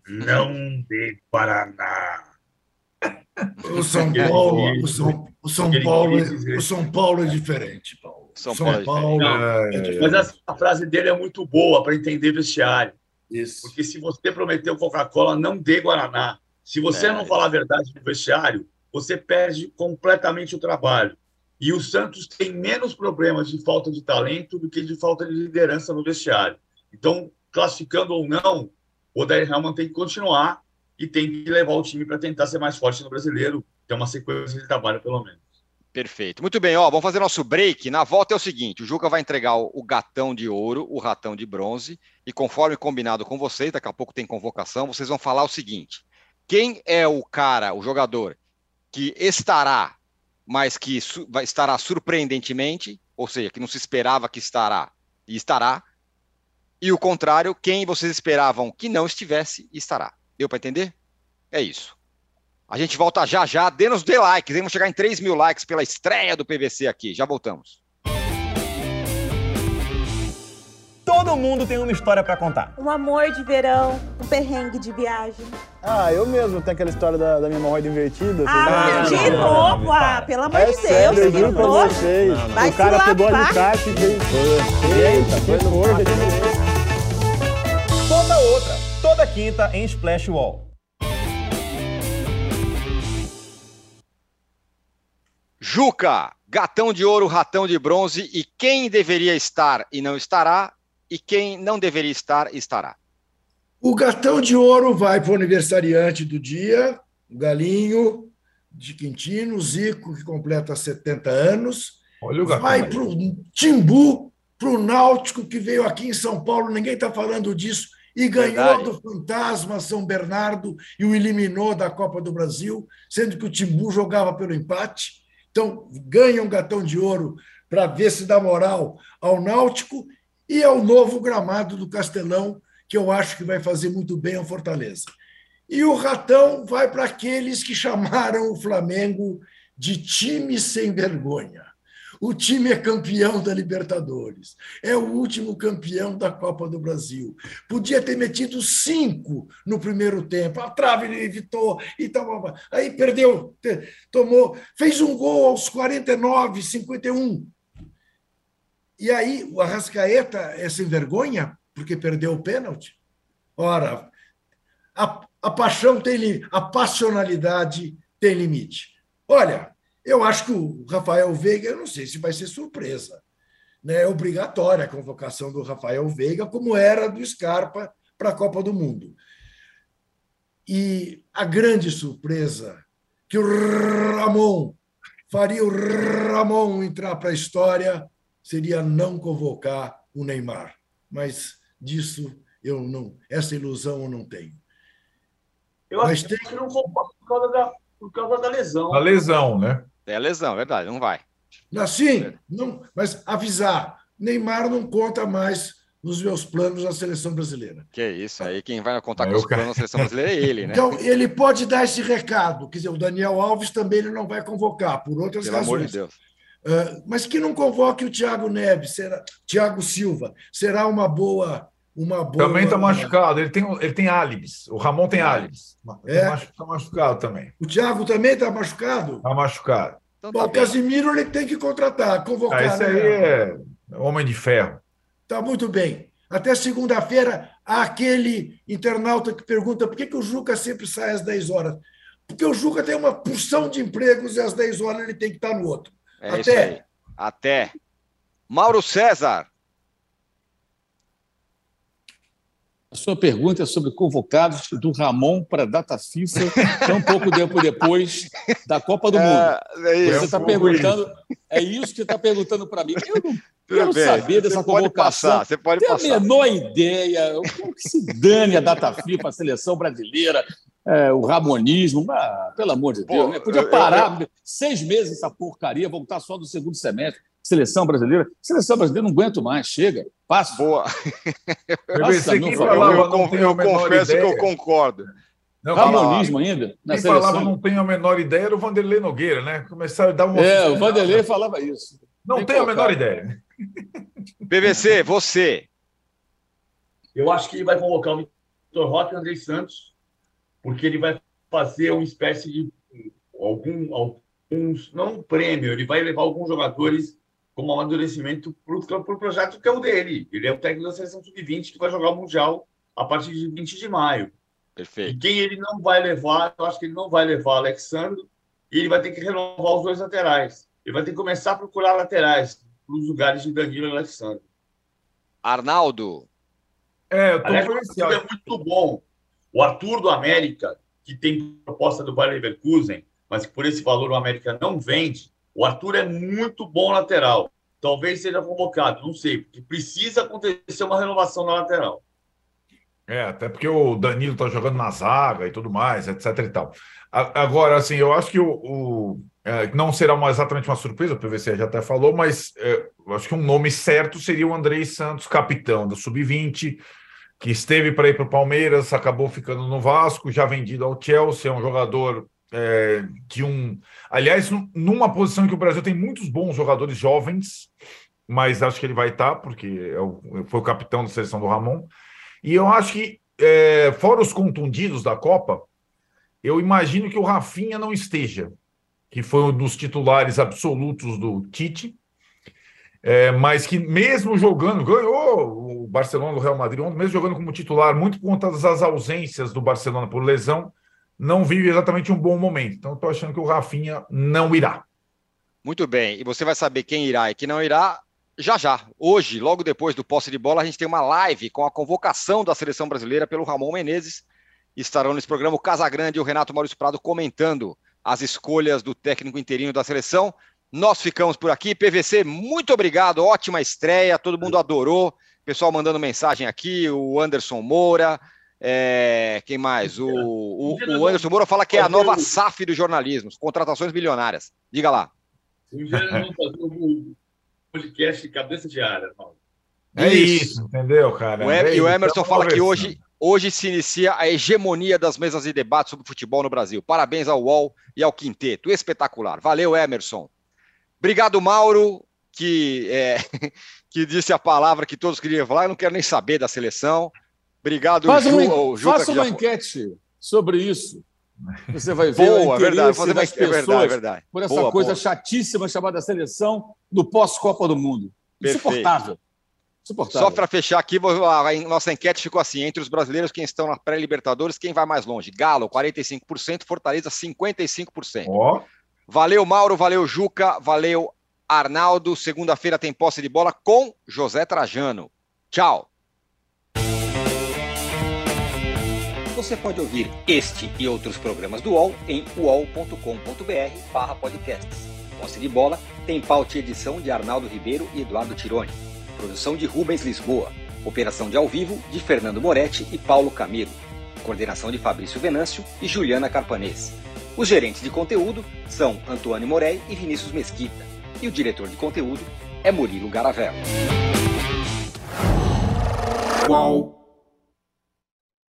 não dê Guaraná. O São Paulo, o São, o São Paulo, é- o São Paulo é diferente, Paulo. São São Paulo é Paulo Não, é diferente. mas essa a frase dele é muito boa para entender vestiário. Isso. Porque se você prometeu Coca-Cola, não dê Guaraná. Se você É, não falar a verdade no vestiário, você perde completamente o trabalho. E o Santos tem menos problemas de falta de talento do que de falta de liderança no vestiário. Então, classificando ou não, o Odair Hellmann tem que continuar e tem que levar o time para tentar ser mais forte no Brasileiro, ter uma sequência de trabalho, pelo menos. Perfeito. Muito bem, ó, vamos fazer nosso break. Na volta é o seguinte, o Juca vai entregar o, o gatão de ouro, o ratão de bronze, e conforme combinado com vocês, daqui a pouco tem convocação, vocês vão falar o seguinte, quem é o cara, o jogador, que estará, mas que su- vai, estará surpreendentemente, ou seja, que não se esperava que estará, e estará, e o contrário, quem vocês esperavam que não estivesse, estará. Deu para entender? É isso. A gente volta já já, dê-nos dê likes, vamos chegar em três mil likes pela estreia do P V C aqui, já voltamos. Todo mundo tem uma história pra contar. Um amor de verão, um perrengue de viagem. Ah, eu mesmo tenho aquela história da, da minha hemorroida invertida. Ah, vocês de lembram? novo? Ah, pelo amor É de sério, eu Deus, juro de pra novo. vocês. Vai O cara se pegou lavar. alicate e fez... Eita, foi no forca de direito. Conta outra, toda quinta em Splash Wall. Juca, gatão de ouro, ratão de bronze, e quem deveria estar e não estará, e quem não deveria estar, estará. O gatão de ouro vai para o aniversariante do dia, o Galinho de Quintino, o Zico, que completa setenta anos. Olha o gatão. Vai para o Timbu, para o Náutico, que veio aqui em São Paulo, ninguém está falando disso, e ganhou Verdade. do Fantasma São Bernardo e o eliminou da Copa do Brasil, sendo que o Timbu jogava pelo empate. Então, ganha um gatão de ouro para ver se dá moral ao Náutico e ao novo gramado do Castelão, que eu acho que vai fazer muito bem ao Fortaleza. E o ratão vai para aqueles que chamaram o Flamengo de time sem vergonha. O time é campeão da Libertadores, é o último campeão da Copa do Brasil. Podia ter metido cinco no primeiro tempo, a trave ele evitou, e tal, aí perdeu, tomou, fez um gol aos quarenta e nove, cinquenta e um. E aí o Arrascaeta é sem vergonha porque perdeu o pênalti? Ora, a, a paixão tem limite, a passionalidade tem limite. Olha, eu acho que o Rafael Veiga, eu não sei se vai ser surpresa, né? É obrigatória a convocação do Rafael Veiga, como era do Scarpa para a Copa do Mundo. E a grande surpresa que o Ramon faria o Ramon entrar para a história seria não convocar o Neymar. Mas disso eu não, essa ilusão eu não tenho. Eu Mas acho tem- que não convoca por causa da, por causa da lesão. A lesão, né? É a lesão, verdade, não vai. Assim, não, mas avisar, Neymar não conta mais nos meus planos da seleção brasileira. Que isso, aí quem vai contar É, com eu os ca- planos da seleção brasileira é ele, né? Então, ele pode dar esse recado. Quer dizer, o Daniel Alves também ele não vai convocar, por outras Pelo amor razões. de Deus. Uh, mas que não convoque o Thiago Neves, será, Thiago Silva, será uma boa. Uma boa Também está machucado. Ele tem, ele tem álibis. O Ramon tem álibis. É. Está machucado também. O Thiago também está machucado? Está machucado. Então Bom, tá o bem. Casimiro ele tem que contratar, convocar. Ah, esse aí né? é homem de ferro. Tá muito bem. Até segunda-feira, há aquele internauta que pergunta por que, que o Juca sempre sai às dez horas. Porque o Juca tem uma porção de empregos e às dez horas ele tem que estar no outro. É Até. isso aí. Até. Mauro César. A sua pergunta é sobre convocados do Ramon para a data FIFA, tão pouco tempo depois da Copa do Mundo. É, é isso. Você está um pouco perguntando, é isso que você está perguntando para mim. Eu não Tudo quero bem. saber dessa Você pode convocação. passar, você pode Tenho a passar. menor ideia. Eu quero que se dane a data FIFA, a seleção brasileira, é, o ramonismo. Ah, pelo amor de Deus, Pô, né? Podia eu- parar seis meses essa porcaria, voltar só do segundo semestre. Seleção brasileira. Seleção brasileira, não aguento mais. Chega, passa. Boa. P V C, meu quem favor, falava Eu, não con- tem eu a menor confesso ideia. que eu concordo. Não, quem, Ramonismo ainda na quem falava seleção. não tem a menor ideia era o Vanderlei Nogueira, né? Começaram a dar uma. É, o Vanderlei falava isso. Não Bem tem a colocado. menor ideia. P V C, você. Eu acho que ele vai convocar o Vitor Roque e Andrei Santos, porque ele vai fazer uma espécie de algum, alguns, não um prêmio, ele vai levar alguns jogadores como amadurecimento para o pro projeto que é o dele. Ele é o técnico da seleção sub vinte que vai jogar o Mundial a partir de vinte de maio. Perfeito. E quem ele não vai levar, eu acho que ele não vai levar Alexandre, e ele vai ter que renovar os dois laterais. Ele vai ter que começar a procurar laterais nos lugares de Danilo e Alexandre. Arnaldo. É, eu tô Aliás, com o esse Arthur é muito bom. O Arthur do América, que tem proposta do Bayer Leverkusen, mas que por esse valor o América não vende, o Arthur é muito bom lateral. Talvez seja convocado, não sei, porque precisa acontecer uma renovação na lateral. É, até porque o Danilo tá jogando na zaga e tudo mais, etc e tal. A- Agora, assim, eu acho que o, o- é, não será uma, exatamente uma surpresa, o P V C já até falou, mas é, eu acho que um nome certo seria o Andrei Santos, capitão do sub vinte, que esteve para ir para o Palmeiras, acabou ficando no Vasco, já vendido ao Chelsea, é um jogador é, de um... Aliás, num- numa posição em que o Brasil tem muitos bons jogadores jovens, mas acho que ele vai estar, porque é o- foi o capitão da seleção do Ramon. E eu acho que, é, fora os contundidos da Copa, eu imagino que o Rafinha não esteja, que foi um dos titulares absolutos do Tite, é, mas que mesmo jogando, ganhou o Barcelona do Real Madrid, mesmo jogando como titular, muito por conta das ausências do Barcelona por lesão, não vive exatamente um bom momento. Então, estou achando que o Rafinha não irá. Muito bem. E você vai saber quem irá e quem não irá já já. Hoje, logo depois do posse de bola, a gente tem uma live com a convocação da seleção brasileira pelo Ramon Menezes. Estarão nesse programa o Casagrande e o Renato Maurício Prado comentando as escolhas do técnico interino da seleção. Nós ficamos por aqui. P V C, muito obrigado. Ótima estreia. Todo mundo adorou. Pessoal mandando mensagem aqui. O Anderson Moura. É... Quem mais? O, o, o Anderson Moura fala que é a nova S A F do jornalismo. Contratações milionárias. Diga lá. Um dia nós vamos fazer um podcast de cabeça de área, Paulo. É isso, isso entendeu, cara? O em, é e o isso, Emerson é fala que versão. hoje, hoje se inicia a hegemonia das mesas de debate sobre futebol no Brasil. Parabéns ao U O L e ao Quinteto. Espetacular. Valeu, Emerson. Obrigado, Mauro, que, é, que disse a palavra que todos queriam falar. Eu não quero nem saber da seleção. Obrigado, Faz uma, Ju, Juca, faça uma enquete sobre isso. Você vai ver boa, o verdade, interesse fazer uma... das pessoas é verdade, verdade. por essa boa, coisa boa. chatíssima chamada seleção do pós-Copa do Mundo. Insuportável. Insuportável. Só para fechar aqui, a nossa enquete ficou assim, entre os brasileiros, quem estão na pré-Libertadores, quem vai mais longe? Galo, quarenta e cinco por cento, Fortaleza, cinquenta e cinco por cento. Ó. Valeu, Mauro, valeu, Juca, valeu, Arnaldo. Segunda-feira tem posse de bola com José Trajano. Tchau. Você pode ouvir este e outros programas do U O L em uol ponto com ponto br barra podcasts. Posse de bola tem pauta e edição de Arnaldo Ribeiro e Eduardo Tironi. Produção de Rubens Lisboa. Operação de ao vivo de Fernando Moretti e Paulo Camilo. Coordenação de Fabrício Venâncio e Juliana Carpanês. Os gerentes de conteúdo são Antônio Morei e Vinícius Mesquita. E o diretor de conteúdo é Murilo Garavello. Uau.